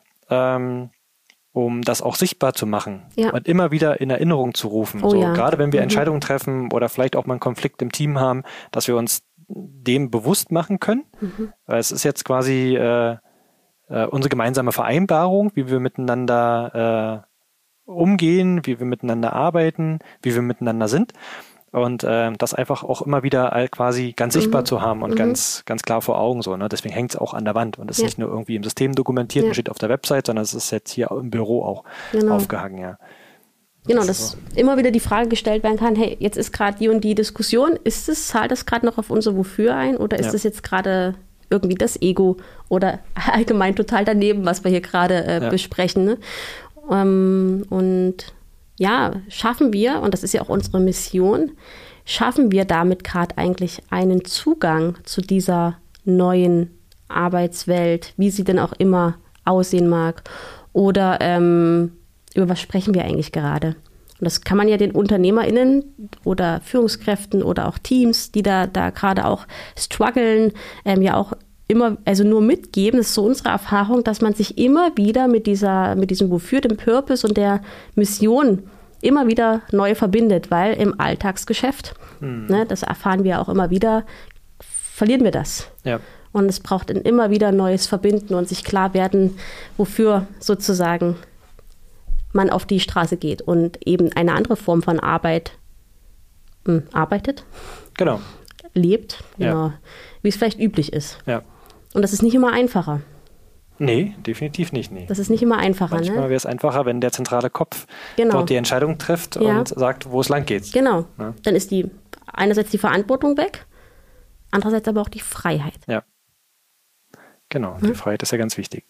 Speaker 2: um das auch sichtbar zu machen und immer wieder in Erinnerung zu rufen. Gerade wenn wir Entscheidungen treffen oder vielleicht auch mal einen Konflikt im Team haben, dass wir uns dem bewusst machen können. Weil es ist jetzt quasi unsere gemeinsame Vereinbarung, wie wir miteinander umgehen, wie wir miteinander arbeiten, wie wir miteinander sind. Und das einfach auch immer wieder quasi ganz sichtbar zu haben und ganz klar vor Augen so. Ne? Deswegen hängt es auch an der Wand und ist nicht nur irgendwie im System dokumentiert und steht auf der Website, sondern es ist jetzt hier im Büro auch aufgehangen. Ja.
Speaker 1: Genau, dass immer wieder die Frage gestellt werden kann, hey, jetzt ist gerade die und die Diskussion, zahlt das gerade noch auf unser Wofür ein oder ist das jetzt gerade irgendwie das Ego oder allgemein total daneben, was wir hier gerade besprechen. Ne? Und ja, schaffen wir, und das ist ja auch unsere Mission, schaffen wir damit gerade eigentlich einen Zugang zu dieser neuen Arbeitswelt, wie sie denn auch immer aussehen mag? Oder über was sprechen wir eigentlich gerade? Und das kann man ja den UnternehmerInnen oder Führungskräften oder auch Teams, die da gerade auch strugglen, ja auch immer, also nur mitgeben. Das ist so unsere Erfahrung, dass man sich immer wieder mit diesem Wofür, dem Purpose und der Mission immer wieder neu verbindet, weil im Alltagsgeschäft, ne, das erfahren wir auch immer wieder, verlieren wir das. Ja. Und es braucht immer wieder neues Verbinden und sich klar werden, wofür sozusagen man auf die Straße geht und eben eine andere Form von Arbeit arbeitet.
Speaker 2: Genau.
Speaker 1: Lebt, genau, wie es vielleicht üblich ist.
Speaker 2: Ja.
Speaker 1: Und das ist nicht immer einfacher.
Speaker 2: Nee, definitiv nicht. Nee.
Speaker 1: Das ist nicht immer einfacher.
Speaker 2: Manchmal wäre es einfacher, wenn der zentrale Kopf dort die Entscheidung trifft und sagt, wo es lang geht.
Speaker 1: Genau. Ja. Dann ist einerseits die Verantwortung weg, andererseits aber auch die Freiheit.
Speaker 2: Ja. Genau, die Freiheit ist ja ganz wichtig.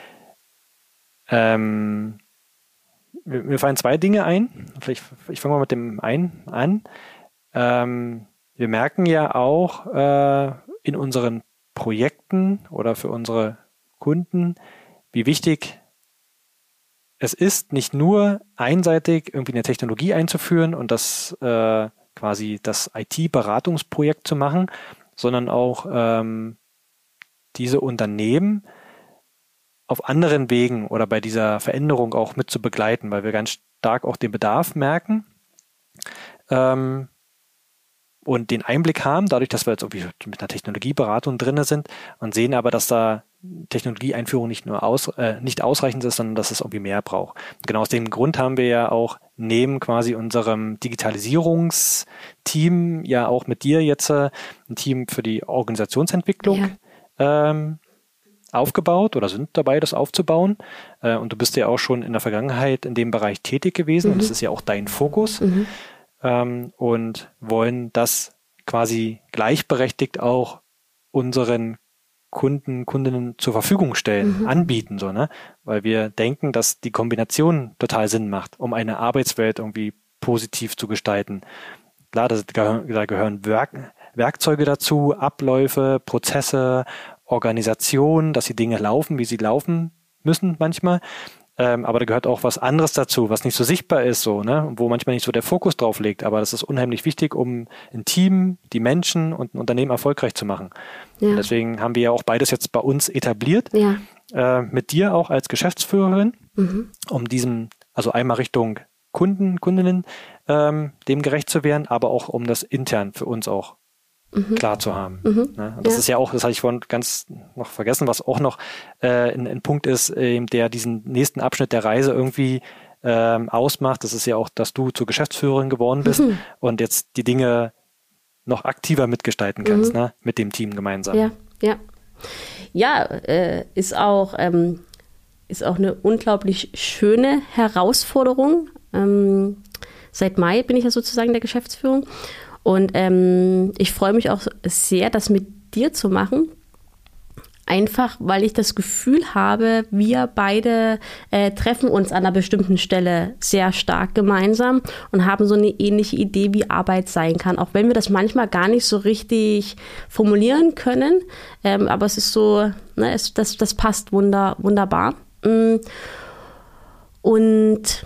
Speaker 2: Mir fallen zwei Dinge ein. Ich fange mal mit dem einen an. Wir merken ja auch in unseren Projekten oder für unsere Kunden, wie wichtig es ist, nicht nur einseitig irgendwie eine Technologie einzuführen und das quasi das IT-Beratungsprojekt zu machen, sondern auch diese Unternehmen auf anderen Wegen oder bei dieser Veränderung auch mit zu begleiten, weil wir ganz stark auch den Bedarf merken und den Einblick haben, dadurch, dass wir jetzt irgendwie mit einer Technologieberatung drin sind und sehen aber, dass da Technologieeinführung nicht ausreichend ist, sondern dass es irgendwie mehr braucht. Und genau aus dem Grund haben wir ja auch neben quasi unserem Digitalisierungsteam ja auch mit dir jetzt ein Team für die Organisationsentwicklung aufgebaut oder sind dabei, das aufzubauen. Und du bist ja auch schon in der Vergangenheit in dem Bereich tätig gewesen und das ist ja auch dein Fokus. Und wollen das quasi gleichberechtigt auch unseren Kunden, Kundinnen zur Verfügung stellen, anbieten, so, ne? Weil wir denken, dass die Kombination total Sinn macht, um eine Arbeitswelt irgendwie positiv zu gestalten. Klar, da gehören Werkzeuge dazu, Abläufe, Prozesse, Organisation, dass die Dinge laufen, wie sie laufen müssen manchmal. Aber da gehört auch was anderes dazu, was nicht so sichtbar ist, so, ne, wo manchmal nicht so der Fokus drauf liegt. Aber das ist unheimlich wichtig, um ein Team, die Menschen und ein Unternehmen erfolgreich zu machen. Ja. Und deswegen haben wir ja auch beides jetzt bei uns etabliert, mit dir auch als Geschäftsführerin, um diesem, also einmal Richtung Kunden, Kundinnen, dem gerecht zu werden, aber auch um das intern für uns auch klar zu haben. Ne? Und das ist ja auch, das hatte ich vorhin ganz noch vergessen, was auch noch ein Punkt ist, der diesen nächsten Abschnitt der Reise irgendwie ausmacht. Das ist ja auch, dass du zur Geschäftsführerin geworden bist und jetzt die Dinge noch aktiver mitgestalten kannst, ne? Mit dem Team gemeinsam.
Speaker 1: Ja, ist auch ist auch eine unglaublich schöne Herausforderung. Seit Mai bin ich ja sozusagen in der Geschäftsführung. Und ich freue mich auch sehr, das mit dir zu machen. Einfach, weil ich das Gefühl habe, wir beide treffen uns an einer bestimmten Stelle sehr stark gemeinsam und haben so eine ähnliche Idee, wie Arbeit sein kann. Auch wenn wir das manchmal gar nicht so richtig formulieren können. Aber es ist so, ne, das passt wunderbar. Und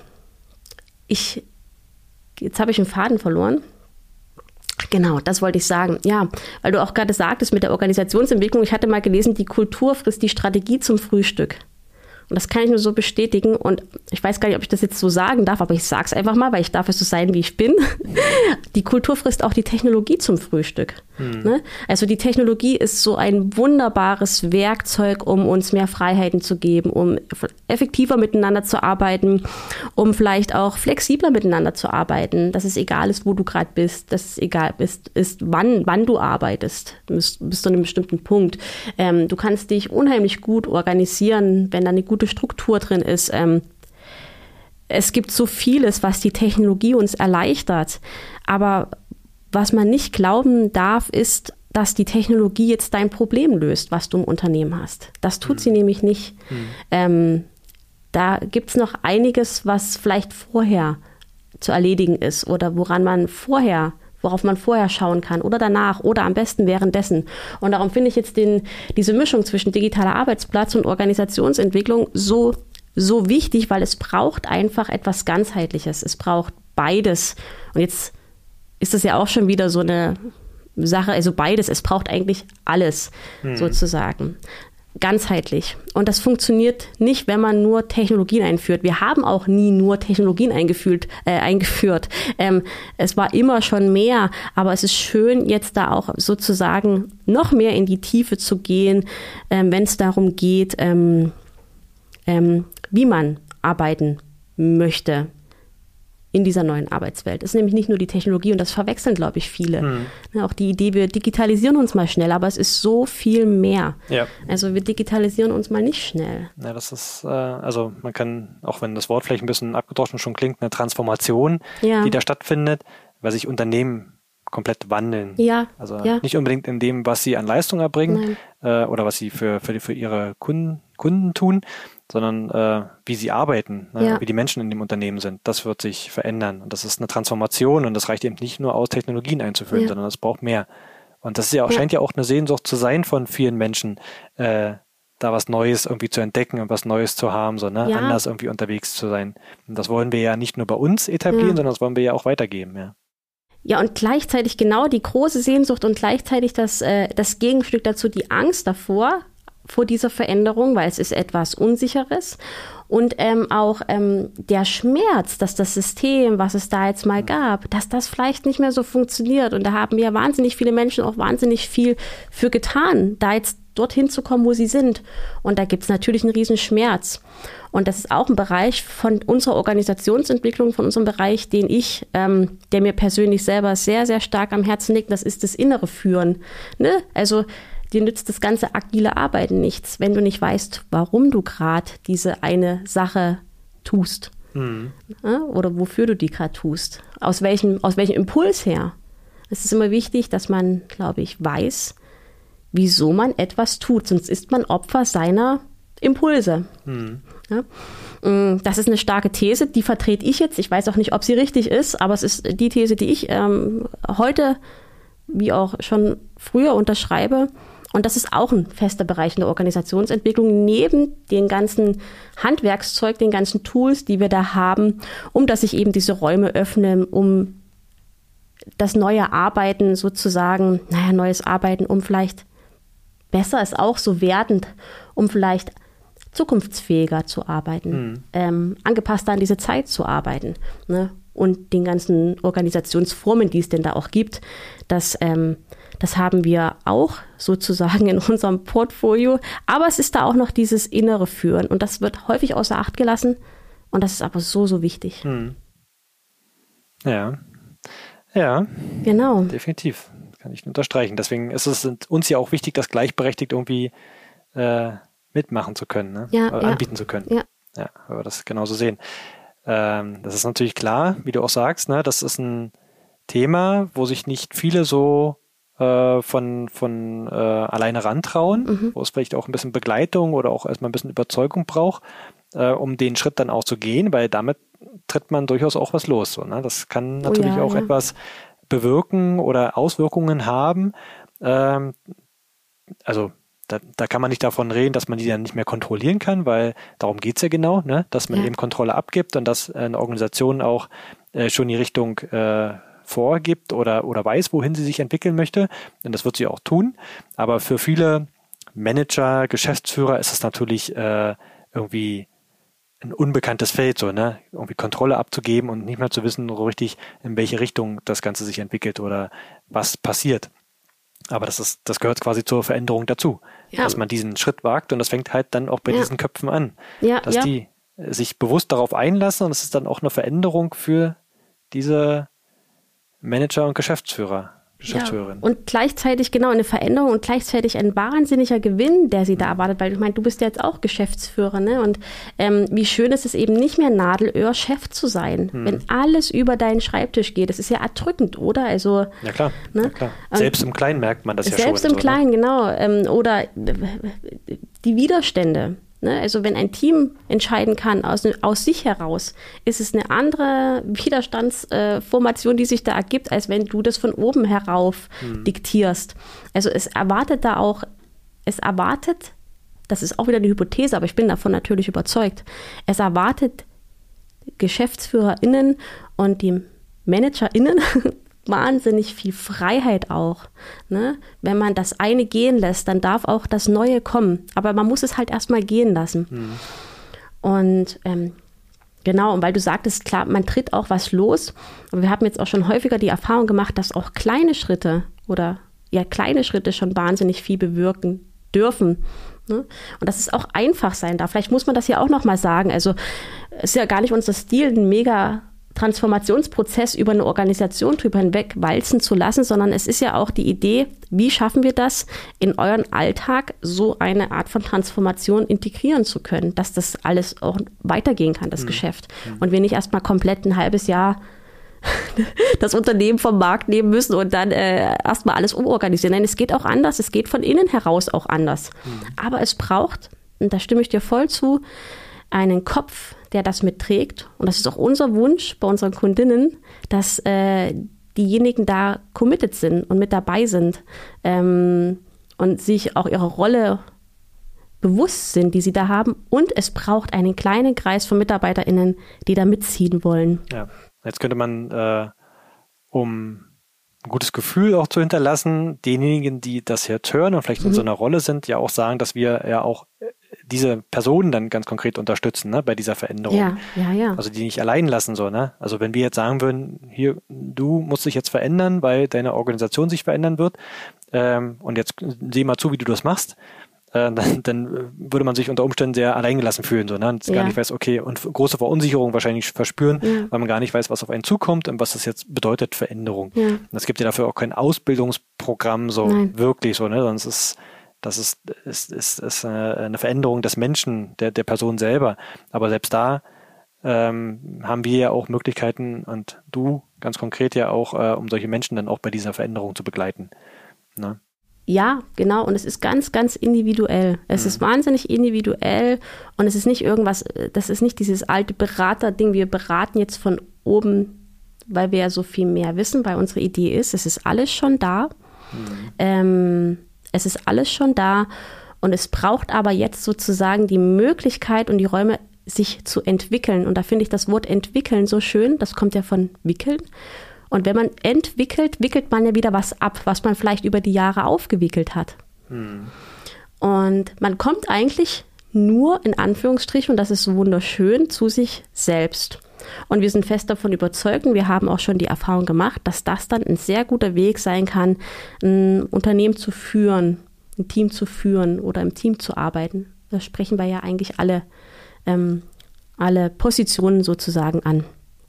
Speaker 1: jetzt habe ich einen Faden verloren. Genau, das wollte ich sagen. Ja, weil du auch gerade sagtest mit der Organisationsentwicklung, ich hatte mal gelesen, die Kultur frisst die Strategie zum Frühstück. Und das kann ich nur so bestätigen. Und ich weiß gar nicht, ob ich das jetzt so sagen darf, aber ich sage es einfach mal, weil ich darf es so sein, wie ich bin. Die Kultur frisst auch die Technologie zum Frühstück. Ne? Also die Technologie ist so ein wunderbares Werkzeug, um uns mehr Freiheiten zu geben, um effektiver miteinander zu arbeiten, um vielleicht auch flexibler miteinander zu arbeiten, dass es egal ist, wo du gerade bist, dass es egal ist wann du arbeitest, bis zu einem bestimmten Punkt. Du kannst dich unheimlich gut organisieren, wenn da eine gute Struktur drin ist. Es gibt so vieles, was die Technologie uns erleichtert. Aber was man nicht glauben darf, ist, dass die Technologie jetzt dein Problem löst, was du im Unternehmen hast. Das tut sie nämlich nicht. Da gibt es noch einiges, was vielleicht vorher zu erledigen ist oder worauf man vorher schauen kann oder danach oder am besten währenddessen. Und darum finde ich jetzt diese Mischung zwischen digitaler Arbeitsplatz und Organisationsentwicklung so wichtig, weil es braucht einfach etwas Ganzheitliches. Es braucht beides. Und jetzt ist das ja auch schon wieder so eine Sache, also beides. Es braucht eigentlich alles sozusagen. Ganzheitlich. Und das funktioniert nicht, wenn man nur Technologien einführt. Wir haben auch nie nur Technologien eingeführt. Es war immer schon mehr, aber es ist schön, jetzt da auch sozusagen noch mehr in die Tiefe zu gehen, wenn es darum geht, wie man arbeiten möchte in dieser neuen Arbeitswelt. Es ist nämlich nicht nur die Technologie und das verwechseln, glaube ich, viele. Auch die Idee, wir digitalisieren uns mal schnell, aber es ist so viel mehr. Ja. Also wir digitalisieren uns mal nicht schnell.
Speaker 2: Ja, das ist, also man kann, auch wenn das Wort vielleicht ein bisschen abgedroschen schon klingt, eine Transformation, die da stattfindet, weil sich Unternehmen komplett wandeln.
Speaker 1: Ja.
Speaker 2: Also nicht unbedingt in dem, was sie an Leistung erbringen oder was sie für ihre Kunden tun, sondern wie sie arbeiten, wie die Menschen in dem Unternehmen sind. Das wird sich verändern. Und das ist eine Transformation und das reicht eben nicht nur aus, Technologien einzuführen, sondern es braucht mehr. Und das ist scheint ja auch eine Sehnsucht zu sein von vielen Menschen, da was Neues irgendwie zu entdecken und was Neues zu haben, so, anders irgendwie unterwegs zu sein. Und das wollen wir ja nicht nur bei uns etablieren, sondern das wollen wir ja auch weitergeben,
Speaker 1: Ja, und gleichzeitig genau die große Sehnsucht und gleichzeitig das Gegenstück dazu, die Angst vor dieser Veränderung, weil es ist etwas Unsicheres und auch der Schmerz, dass das System, was es da jetzt mal gab, dass das vielleicht nicht mehr so funktioniert. Und da haben ja wahnsinnig viele Menschen auch wahnsinnig viel für getan, da jetzt dorthin zu kommen, wo sie sind. Und da gibt es natürlich einen riesen Schmerz. Und das ist auch ein Bereich von unserer Organisationsentwicklung, von unserem Bereich, der mir persönlich selber sehr, sehr stark am Herzen liegt. Das ist das innere Führen. Ne? Also dir nützt das ganze agile Arbeiten nichts, wenn du nicht weißt, warum du gerade diese eine Sache tust. Oder wofür du die gerade tust. Aus welchem Impuls her. Es ist immer wichtig, dass man, glaube ich, weiß, wieso man etwas tut. Sonst ist man Opfer seiner Impulse. Ja? Das ist eine starke These, die vertrete ich jetzt. Ich weiß auch nicht, ob sie richtig ist, aber es ist die These, die ich heute, wie auch schon früher, unterschreibe. Und das ist auch ein fester Bereich in der Organisationsentwicklung, neben den ganzen Handwerkszeug, den ganzen Tools, die wir da haben, um dass sich eben diese Räume öffnen, um das neue Arbeiten sozusagen, neues Arbeiten, um vielleicht besser ist auch so werdend, um vielleicht zukunftsfähiger zu arbeiten, angepasster an diese Zeit zu arbeiten, ne? Und den ganzen Organisationsformen, die es denn da auch gibt, das haben wir auch sozusagen in unserem Portfolio. Aber es ist da auch noch dieses innere Führen und das wird häufig außer Acht gelassen und das ist aber so, so wichtig.
Speaker 2: Ja,
Speaker 1: genau.
Speaker 2: Definitiv. Das kann ich unterstreichen. Deswegen ist es uns ja auch wichtig, das gleichberechtigt irgendwie mitmachen zu können, ne?
Speaker 1: Ja,
Speaker 2: anbieten zu können.
Speaker 1: Ja.
Speaker 2: Ja, wenn wir das genauso sehen. Das ist natürlich klar, wie du auch sagst, ne? Das ist ein Thema, wo sich nicht viele so von alleine rantrauen, wo es vielleicht auch ein bisschen Begleitung oder auch erstmal ein bisschen Überzeugung braucht, um den Schritt dann auch zu gehen, weil damit tritt man durchaus auch was los. So, ne? Das kann natürlich auch etwas bewirken oder Auswirkungen haben. Also da kann man nicht davon reden, dass man die dann nicht mehr kontrollieren kann, weil darum geht's ja genau, ne? Dass man eben Kontrolle abgibt und dass eine Organisation auch schon die Richtung vorgibt oder weiß, wohin sie sich entwickeln möchte. Und das wird sie auch tun. Aber für viele Manager, Geschäftsführer ist es natürlich irgendwie ein unbekanntes Feld, so, ne? Irgendwie Kontrolle abzugeben und nicht mehr zu wissen, so richtig, in welche Richtung das Ganze sich entwickelt oder was passiert. Aber das gehört quasi zur Veränderung dazu, dass man diesen Schritt wagt und das fängt halt dann auch bei diesen Köpfen an, dass die sich bewusst darauf einlassen und es ist dann auch eine Veränderung für diese Manager und Geschäftsführerin.
Speaker 1: Und gleichzeitig eine Veränderung und gleichzeitig ein wahnsinniger Gewinn, der sie da erwartet, weil ich meine, du bist ja jetzt auch Geschäftsführer, ne? Und wie schön ist es eben nicht mehr Nadelöhr-Chef zu sein, wenn alles über deinen Schreibtisch geht. Das ist ja erdrückend, oder? Also,
Speaker 2: ja klar, ne? Ja klar. Selbst im Kleinen merkt man das ja schon.
Speaker 1: Selbst im Kleinen, genau. Oder die Widerstände. Ne? Also wenn ein Team entscheiden kann aus sich heraus, ist es eine andere Widerstandsformation, die sich da ergibt, als wenn du das von oben herauf diktierst. Also es erwartet, das ist auch wieder eine Hypothese, aber ich bin davon natürlich überzeugt, es erwartet GeschäftsführerInnen und die ManagerInnen wahnsinnig viel Freiheit auch. Ne? Wenn man das eine gehen lässt, dann darf auch das Neue kommen. Aber man muss es halt erstmal gehen lassen. Und genau, und weil du sagtest, klar, man tritt auch was los. Aber wir haben jetzt auch schon häufiger die Erfahrung gemacht, dass auch kleine Schritte schon wahnsinnig viel bewirken dürfen. Ne? Und dass es auch einfach sein darf. Vielleicht muss man das ja auch nochmal sagen. Also es ist ja gar nicht unser Stil, ein mega Transformationsprozess über eine Organisation drüber hinweg walzen zu lassen, sondern es ist ja auch die Idee, wie schaffen wir das, in euren Alltag so eine Art von Transformation integrieren zu können, dass das alles auch weitergehen kann, das Geschäft. Und wir nicht erstmal komplett ein halbes Jahr das Unternehmen vom Markt nehmen müssen und dann erstmal alles umorganisieren. Nein, es geht auch anders, es geht von innen heraus auch anders. Aber es braucht, und da stimme ich dir voll zu, einen Kopf, der das mitträgt. Und das ist auch unser Wunsch bei unseren Kundinnen, dass diejenigen da committed sind und mit dabei sind und sich auch ihrer Rolle bewusst sind, die sie da haben. Und es braucht einen kleinen Kreis von MitarbeiterInnen, die da mitziehen wollen.
Speaker 2: Ja, jetzt könnte man, um ein gutes Gefühl auch zu hinterlassen, denjenigen, die das jetzt hören und vielleicht in so einer Rolle sind, ja auch sagen, dass wir ja auch diese Personen dann ganz konkret unterstützen, ne, bei dieser Veränderung.
Speaker 1: Ja.
Speaker 2: Also die nicht allein lassen, so, ne? Also wenn wir jetzt sagen würden, hier, du musst dich jetzt verändern, weil deine Organisation sich verändern wird, und jetzt sieh mal zu, wie du das machst, dann würde man sich unter Umständen sehr alleingelassen fühlen, so, ne? Und gar nicht weiß, okay, und große Verunsicherung wahrscheinlich verspüren, weil man gar nicht weiß, was auf einen zukommt und was das jetzt bedeutet, Veränderung. Ja. Und es gibt ja dafür auch kein Ausbildungsprogramm, so wirklich, so, ne? Sonst das ist eine Veränderung des Menschen, der Person selber. Aber selbst da haben wir ja auch Möglichkeiten und du ganz konkret ja auch, um solche Menschen dann auch bei dieser Veränderung zu begleiten. Ne?
Speaker 1: Ja, genau. Und es ist ganz, ganz individuell. Es ist wahnsinnig individuell und es ist nicht irgendwas, das ist nicht dieses alte Beraterding, wir beraten jetzt von oben, weil wir ja so viel mehr wissen, weil unsere Idee ist, es ist alles schon da. Es ist alles schon da und es braucht aber jetzt sozusagen die Möglichkeit und die Räume, sich zu entwickeln. Und da finde ich das Wort entwickeln so schön, das kommt ja von wickeln. Und wenn man entwickelt, wickelt man ja wieder was ab, was man vielleicht über die Jahre aufgewickelt hat. Und man kommt eigentlich nur, in Anführungsstrichen, und das ist so wunderschön, zu sich selbst. Und wir sind fest davon überzeugt, und wir haben auch schon die Erfahrung gemacht, dass das dann ein sehr guter Weg sein kann, ein Unternehmen zu führen, ein Team zu führen oder im Team zu arbeiten. Da sprechen wir ja eigentlich alle Positionen sozusagen an.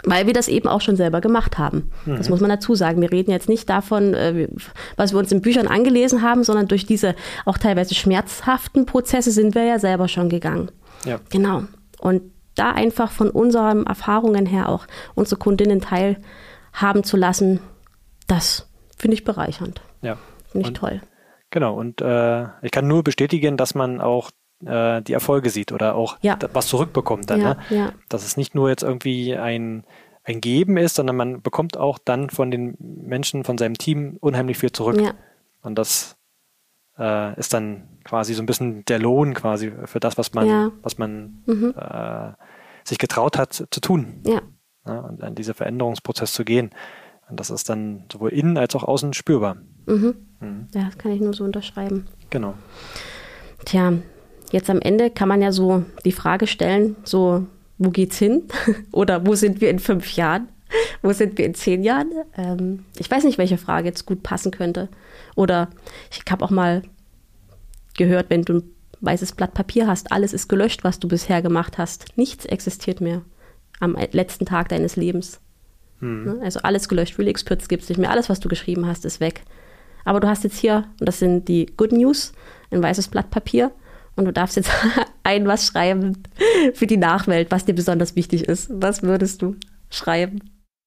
Speaker 1: Weil wir das eben auch schon selber gemacht haben. Das muss man dazu sagen. Wir reden jetzt nicht davon, was wir uns in Büchern angelesen haben, sondern durch diese auch teilweise schmerzhaften Prozesse sind wir ja selber schon gegangen.
Speaker 2: Ja.
Speaker 1: Genau. Und da einfach von unseren Erfahrungen her auch unsere Kundinnen teilhaben zu lassen, das finde ich bereichernd.
Speaker 2: Ja.
Speaker 1: Finde ich toll.
Speaker 2: Genau. Und ich kann nur bestätigen, dass man auch die Erfolge sieht oder auch was zurückbekommt dann.
Speaker 1: Ja,
Speaker 2: ne?
Speaker 1: ja.
Speaker 2: Dass es nicht nur jetzt irgendwie ein Geben ist, sondern man bekommt auch dann von den Menschen, von seinem Team unheimlich viel zurück.
Speaker 1: Ja.
Speaker 2: Und das ist dann quasi so ein bisschen der Lohn quasi für das, was man sich getraut hat zu tun.
Speaker 1: Ja.
Speaker 2: Ja, und an diesen Veränderungsprozess zu gehen. Und das ist dann sowohl innen als auch außen spürbar.
Speaker 1: Ja, das kann ich nur so unterschreiben.
Speaker 2: Genau.
Speaker 1: Tja, jetzt am Ende kann man ja so die Frage stellen, so, wo geht's hin? Oder wo sind wir in 5 Jahren? Wo sind wir in 10 Jahren? Ich weiß nicht, welche Frage jetzt gut passen könnte. Oder ich habe auch mal gehört, wenn du ein weißes Blatt Papier hast, alles ist gelöscht, was du bisher gemacht hast. Nichts existiert mehr am letzten Tag deines Lebens. Also alles gelöscht, Release-Pütz gibt es nicht mehr. Alles, was du geschrieben hast, ist weg. Aber du hast jetzt hier, und das sind die Good News, ein weißes Blatt Papier. Und du darfst jetzt was schreiben für die Nachwelt, was dir besonders wichtig ist. Was würdest du schreiben?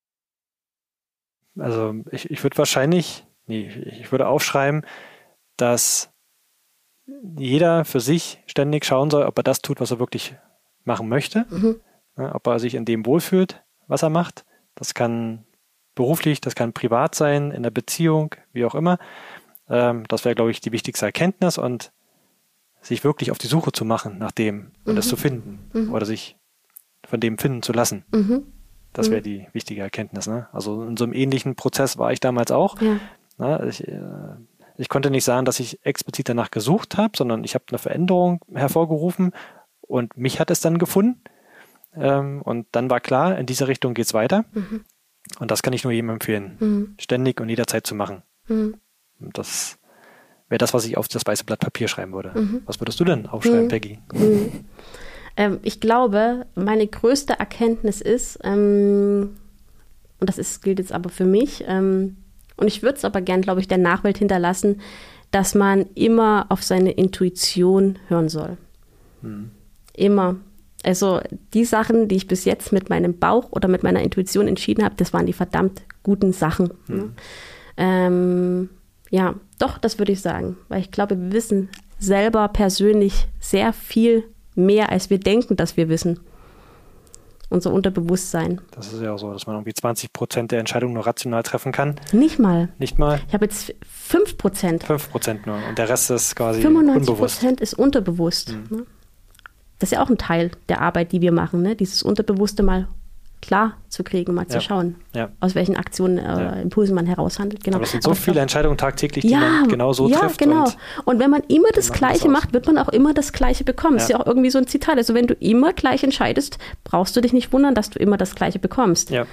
Speaker 2: Also ich würde ich würde aufschreiben, dass jeder für sich ständig schauen soll, ob er das tut, was er wirklich machen möchte. Ja, ob er sich in dem wohlfühlt, was er macht. Das kann beruflich, das kann privat sein, in der Beziehung, wie auch immer. Das wäre, glaube ich, die wichtigste Erkenntnis und sich wirklich auf die Suche zu machen nach dem und es zu finden oder sich von dem finden zu lassen. Das wäre die wichtige Erkenntnis. Ne? Also in so einem ähnlichen Prozess war ich damals auch.
Speaker 1: Ja.
Speaker 2: Na, ich konnte nicht sagen, dass ich explizit danach gesucht habe, sondern ich habe eine Veränderung hervorgerufen und mich hat es dann gefunden. Und dann war klar, in diese Richtung geht es weiter. Und das kann ich nur jedem empfehlen, ständig und jederzeit zu machen. Und das wäre das, was ich auf das weiße Blatt Papier schreiben würde. Was würdest du denn aufschreiben, Peggy?
Speaker 1: Ich glaube, meine größte Erkenntnis ist, und gilt jetzt aber für mich, und ich würde es aber gern, glaube ich, der Nachwelt hinterlassen, dass man immer auf seine Intuition hören soll. Immer. Also die Sachen, die ich bis jetzt mit meinem Bauch oder mit meiner Intuition entschieden habe, das waren die verdammt guten Sachen. Ne? Ja, doch, das würde ich sagen. Weil ich glaube, wir wissen selber persönlich sehr viel mehr, als wir denken, dass wir wissen. Unser Unterbewusstsein.
Speaker 2: Das ist ja auch so, dass man irgendwie 20% der Entscheidungen nur rational treffen kann.
Speaker 1: Nicht mal.
Speaker 2: Nicht mal?
Speaker 1: Ich habe jetzt 5%.
Speaker 2: 5% nur. Und der Rest ist quasi unbewusst.
Speaker 1: 95% ist unterbewusst. Ne? Das ist ja auch ein Teil der Arbeit, die wir machen, ne? Dieses Unterbewusste mal klar zu kriegen, mal zu schauen, aus welchen Aktionen, Impulsen man heraushandelt. Genau.
Speaker 2: Aber es sind so viele Entscheidungen tagtäglich, die man genau so trifft.
Speaker 1: Ja, genau. Und wenn man immer das Gleiche macht, wird man auch immer das Gleiche bekommen. Das ist ja auch irgendwie so ein Zitat. Also wenn du immer gleich entscheidest, brauchst du dich nicht wundern, dass du immer das Gleiche bekommst.
Speaker 2: Ja.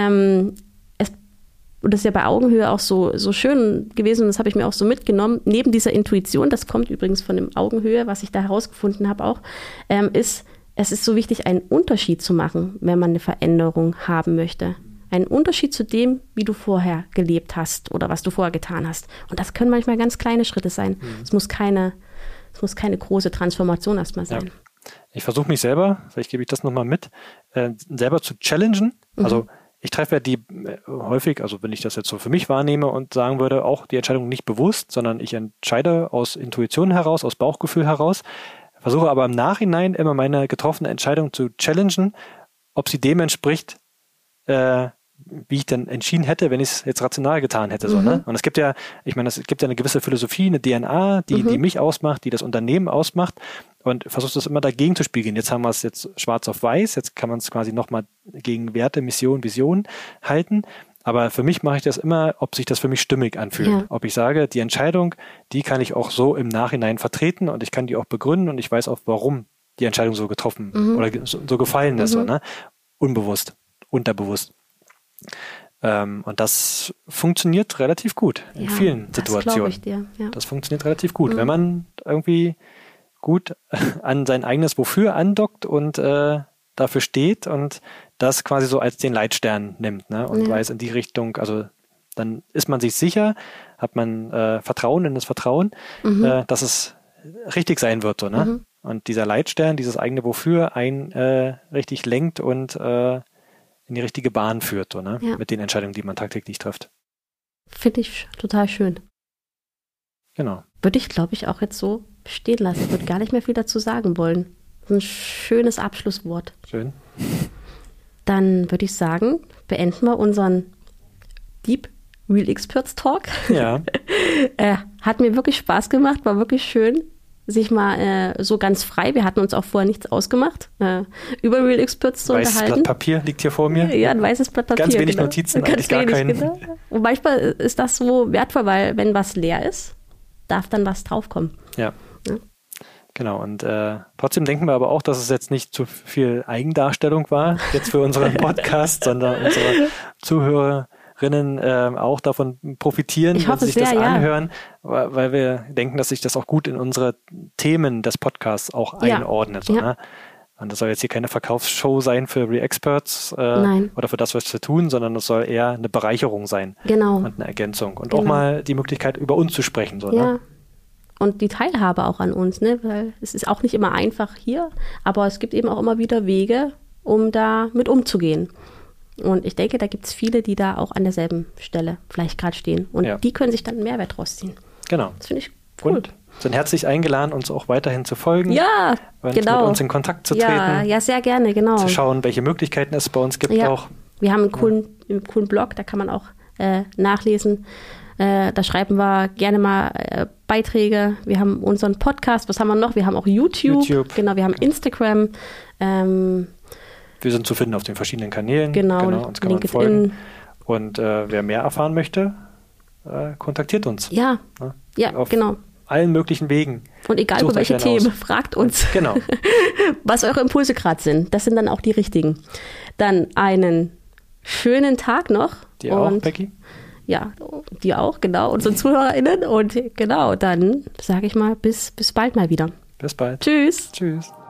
Speaker 1: Und das ist ja bei Augenhöhe auch so schön gewesen und das habe ich mir auch so mitgenommen. Neben dieser Intuition, das kommt übrigens von dem Augenhöhe, was ich da herausgefunden habe auch, es ist so wichtig, einen Unterschied zu machen, wenn man eine Veränderung haben möchte. Einen Unterschied zu dem, wie du vorher gelebt hast oder was du vorher getan hast. Und das können manchmal ganz kleine Schritte sein. Es muss keine große Transformation erstmal sein.
Speaker 2: Ja. Ich versuche mich selber, vielleicht gebe ich das nochmal mit, selber zu challengen. Also ich treffe ja die häufig, also wenn ich das jetzt so für mich wahrnehme und sagen würde, auch die Entscheidung nicht bewusst, sondern ich entscheide aus Intuition heraus, aus Bauchgefühl heraus, versuche aber im Nachhinein immer meine getroffene Entscheidung zu challengen, ob sie dem entspricht, wie ich dann entschieden hätte, wenn ich es jetzt rational getan hätte. So, ne? Und es gibt ja, es gibt ja eine gewisse Philosophie, eine DNA, die mich ausmacht, die das Unternehmen ausmacht und versuchst das immer dagegen zu spiegeln. Jetzt haben wir es jetzt schwarz auf weiß, jetzt kann man es quasi nochmal gegen Werte, Mission, Vision halten. Aber für mich mache ich das immer, ob sich das für mich stimmig anfühlt. Ja. Ob ich sage, die Entscheidung, die kann ich auch so im Nachhinein vertreten und ich kann die auch begründen und ich weiß auch, warum die Entscheidung so getroffen oder so gefallen ist. So, ne? Unbewusst, unterbewusst. Und das funktioniert relativ gut in vielen Situationen.
Speaker 1: Das glaube ich dir. Ja.
Speaker 2: Das funktioniert relativ gut, wenn man irgendwie gut an sein eigenes Wofür andockt und dafür steht und das quasi so als den Leitstern nimmt, ne? Und weiß in die Richtung, also dann ist man sich sicher, hat man Vertrauen in das Vertrauen, dass es richtig sein wird, so, ne? Und dieser Leitstern, dieses eigene Wofür einen richtig lenkt und in die richtige Bahn führt, so, ne? Mit den Entscheidungen, die man tagtäglich trifft.
Speaker 1: Finde ich total schön.
Speaker 2: Genau.
Speaker 1: Würde ich, glaube ich, auch jetzt so stehen lassen. Ich würde gar nicht mehr viel dazu sagen wollen. Ein schönes Abschlusswort.
Speaker 2: Schön.
Speaker 1: Dann würde ich sagen, beenden wir unseren Deep Real Experts Talk.
Speaker 2: Ja.
Speaker 1: Hat mir wirklich Spaß gemacht, war wirklich schön, sich mal so ganz frei, wir hatten uns auch vorher nichts ausgemacht, über Real Experts zu unterhalten.
Speaker 2: Weißes Blatt Papier liegt hier vor mir.
Speaker 1: Ja, ein weißes Blatt Papier.
Speaker 2: Ganz wenig Notizen, eigentlich gar keinen.
Speaker 1: Genau. Und manchmal ist das so wertvoll, weil wenn was leer ist, darf dann was draufkommen.
Speaker 2: Ja. Genau, und trotzdem denken wir aber auch, dass es jetzt nicht zu viel Eigendarstellung war, jetzt für unseren Podcast, sondern unsere Zuhörerinnen auch davon profitieren, wenn sie sich das anhören, weil wir denken, dass sich das auch gut in unsere Themen des Podcasts auch einordnet. So, ne? Und das soll jetzt hier keine Verkaufsshow sein für Real Experts oder für das, was wir tun, sondern das soll eher eine Bereicherung sein und eine Ergänzung und auch mal die Möglichkeit, über uns zu sprechen. So, ne?
Speaker 1: Und die Teilhabe auch an uns, ne? Weil es ist auch nicht immer einfach hier, aber es gibt eben auch immer wieder Wege, um da mit umzugehen. Und ich denke, da gibt es viele, die da auch an derselben Stelle vielleicht gerade stehen. Und die können sich dann einen Mehrwert rausziehen.
Speaker 2: Genau.
Speaker 1: Das finde ich cool.
Speaker 2: Und sind herzlich eingeladen, uns auch weiterhin zu folgen.
Speaker 1: Ja,
Speaker 2: mit uns in Kontakt zu treten.
Speaker 1: Ja, sehr gerne, genau.
Speaker 2: Zu schauen, welche Möglichkeiten es bei uns gibt auch.
Speaker 1: Wir haben einen coolen Blog, da kann man auch nachlesen. Da schreiben wir gerne mal Beiträge. Wir haben unseren Podcast. Was haben wir noch? Wir haben auch YouTube. Genau, wir haben Instagram.
Speaker 2: Wir sind zu finden auf den verschiedenen Kanälen.
Speaker 1: Genau,
Speaker 2: uns kann man folgen. Und wer mehr erfahren möchte, kontaktiert uns.
Speaker 1: Ja,
Speaker 2: auf
Speaker 1: genau.
Speaker 2: allen möglichen Wegen.
Speaker 1: Und egal über welche Themen, fragt uns, was eure Impulse gerade sind. Das sind dann auch die richtigen. Dann einen schönen Tag noch.
Speaker 2: Dir auch, Becky?
Speaker 1: Ja, dir auch, genau. Unsere ZuhörerInnen. Und genau, dann sage ich mal, bis bald mal wieder.
Speaker 2: Bis bald.
Speaker 1: Tschüss.
Speaker 2: Tschüss.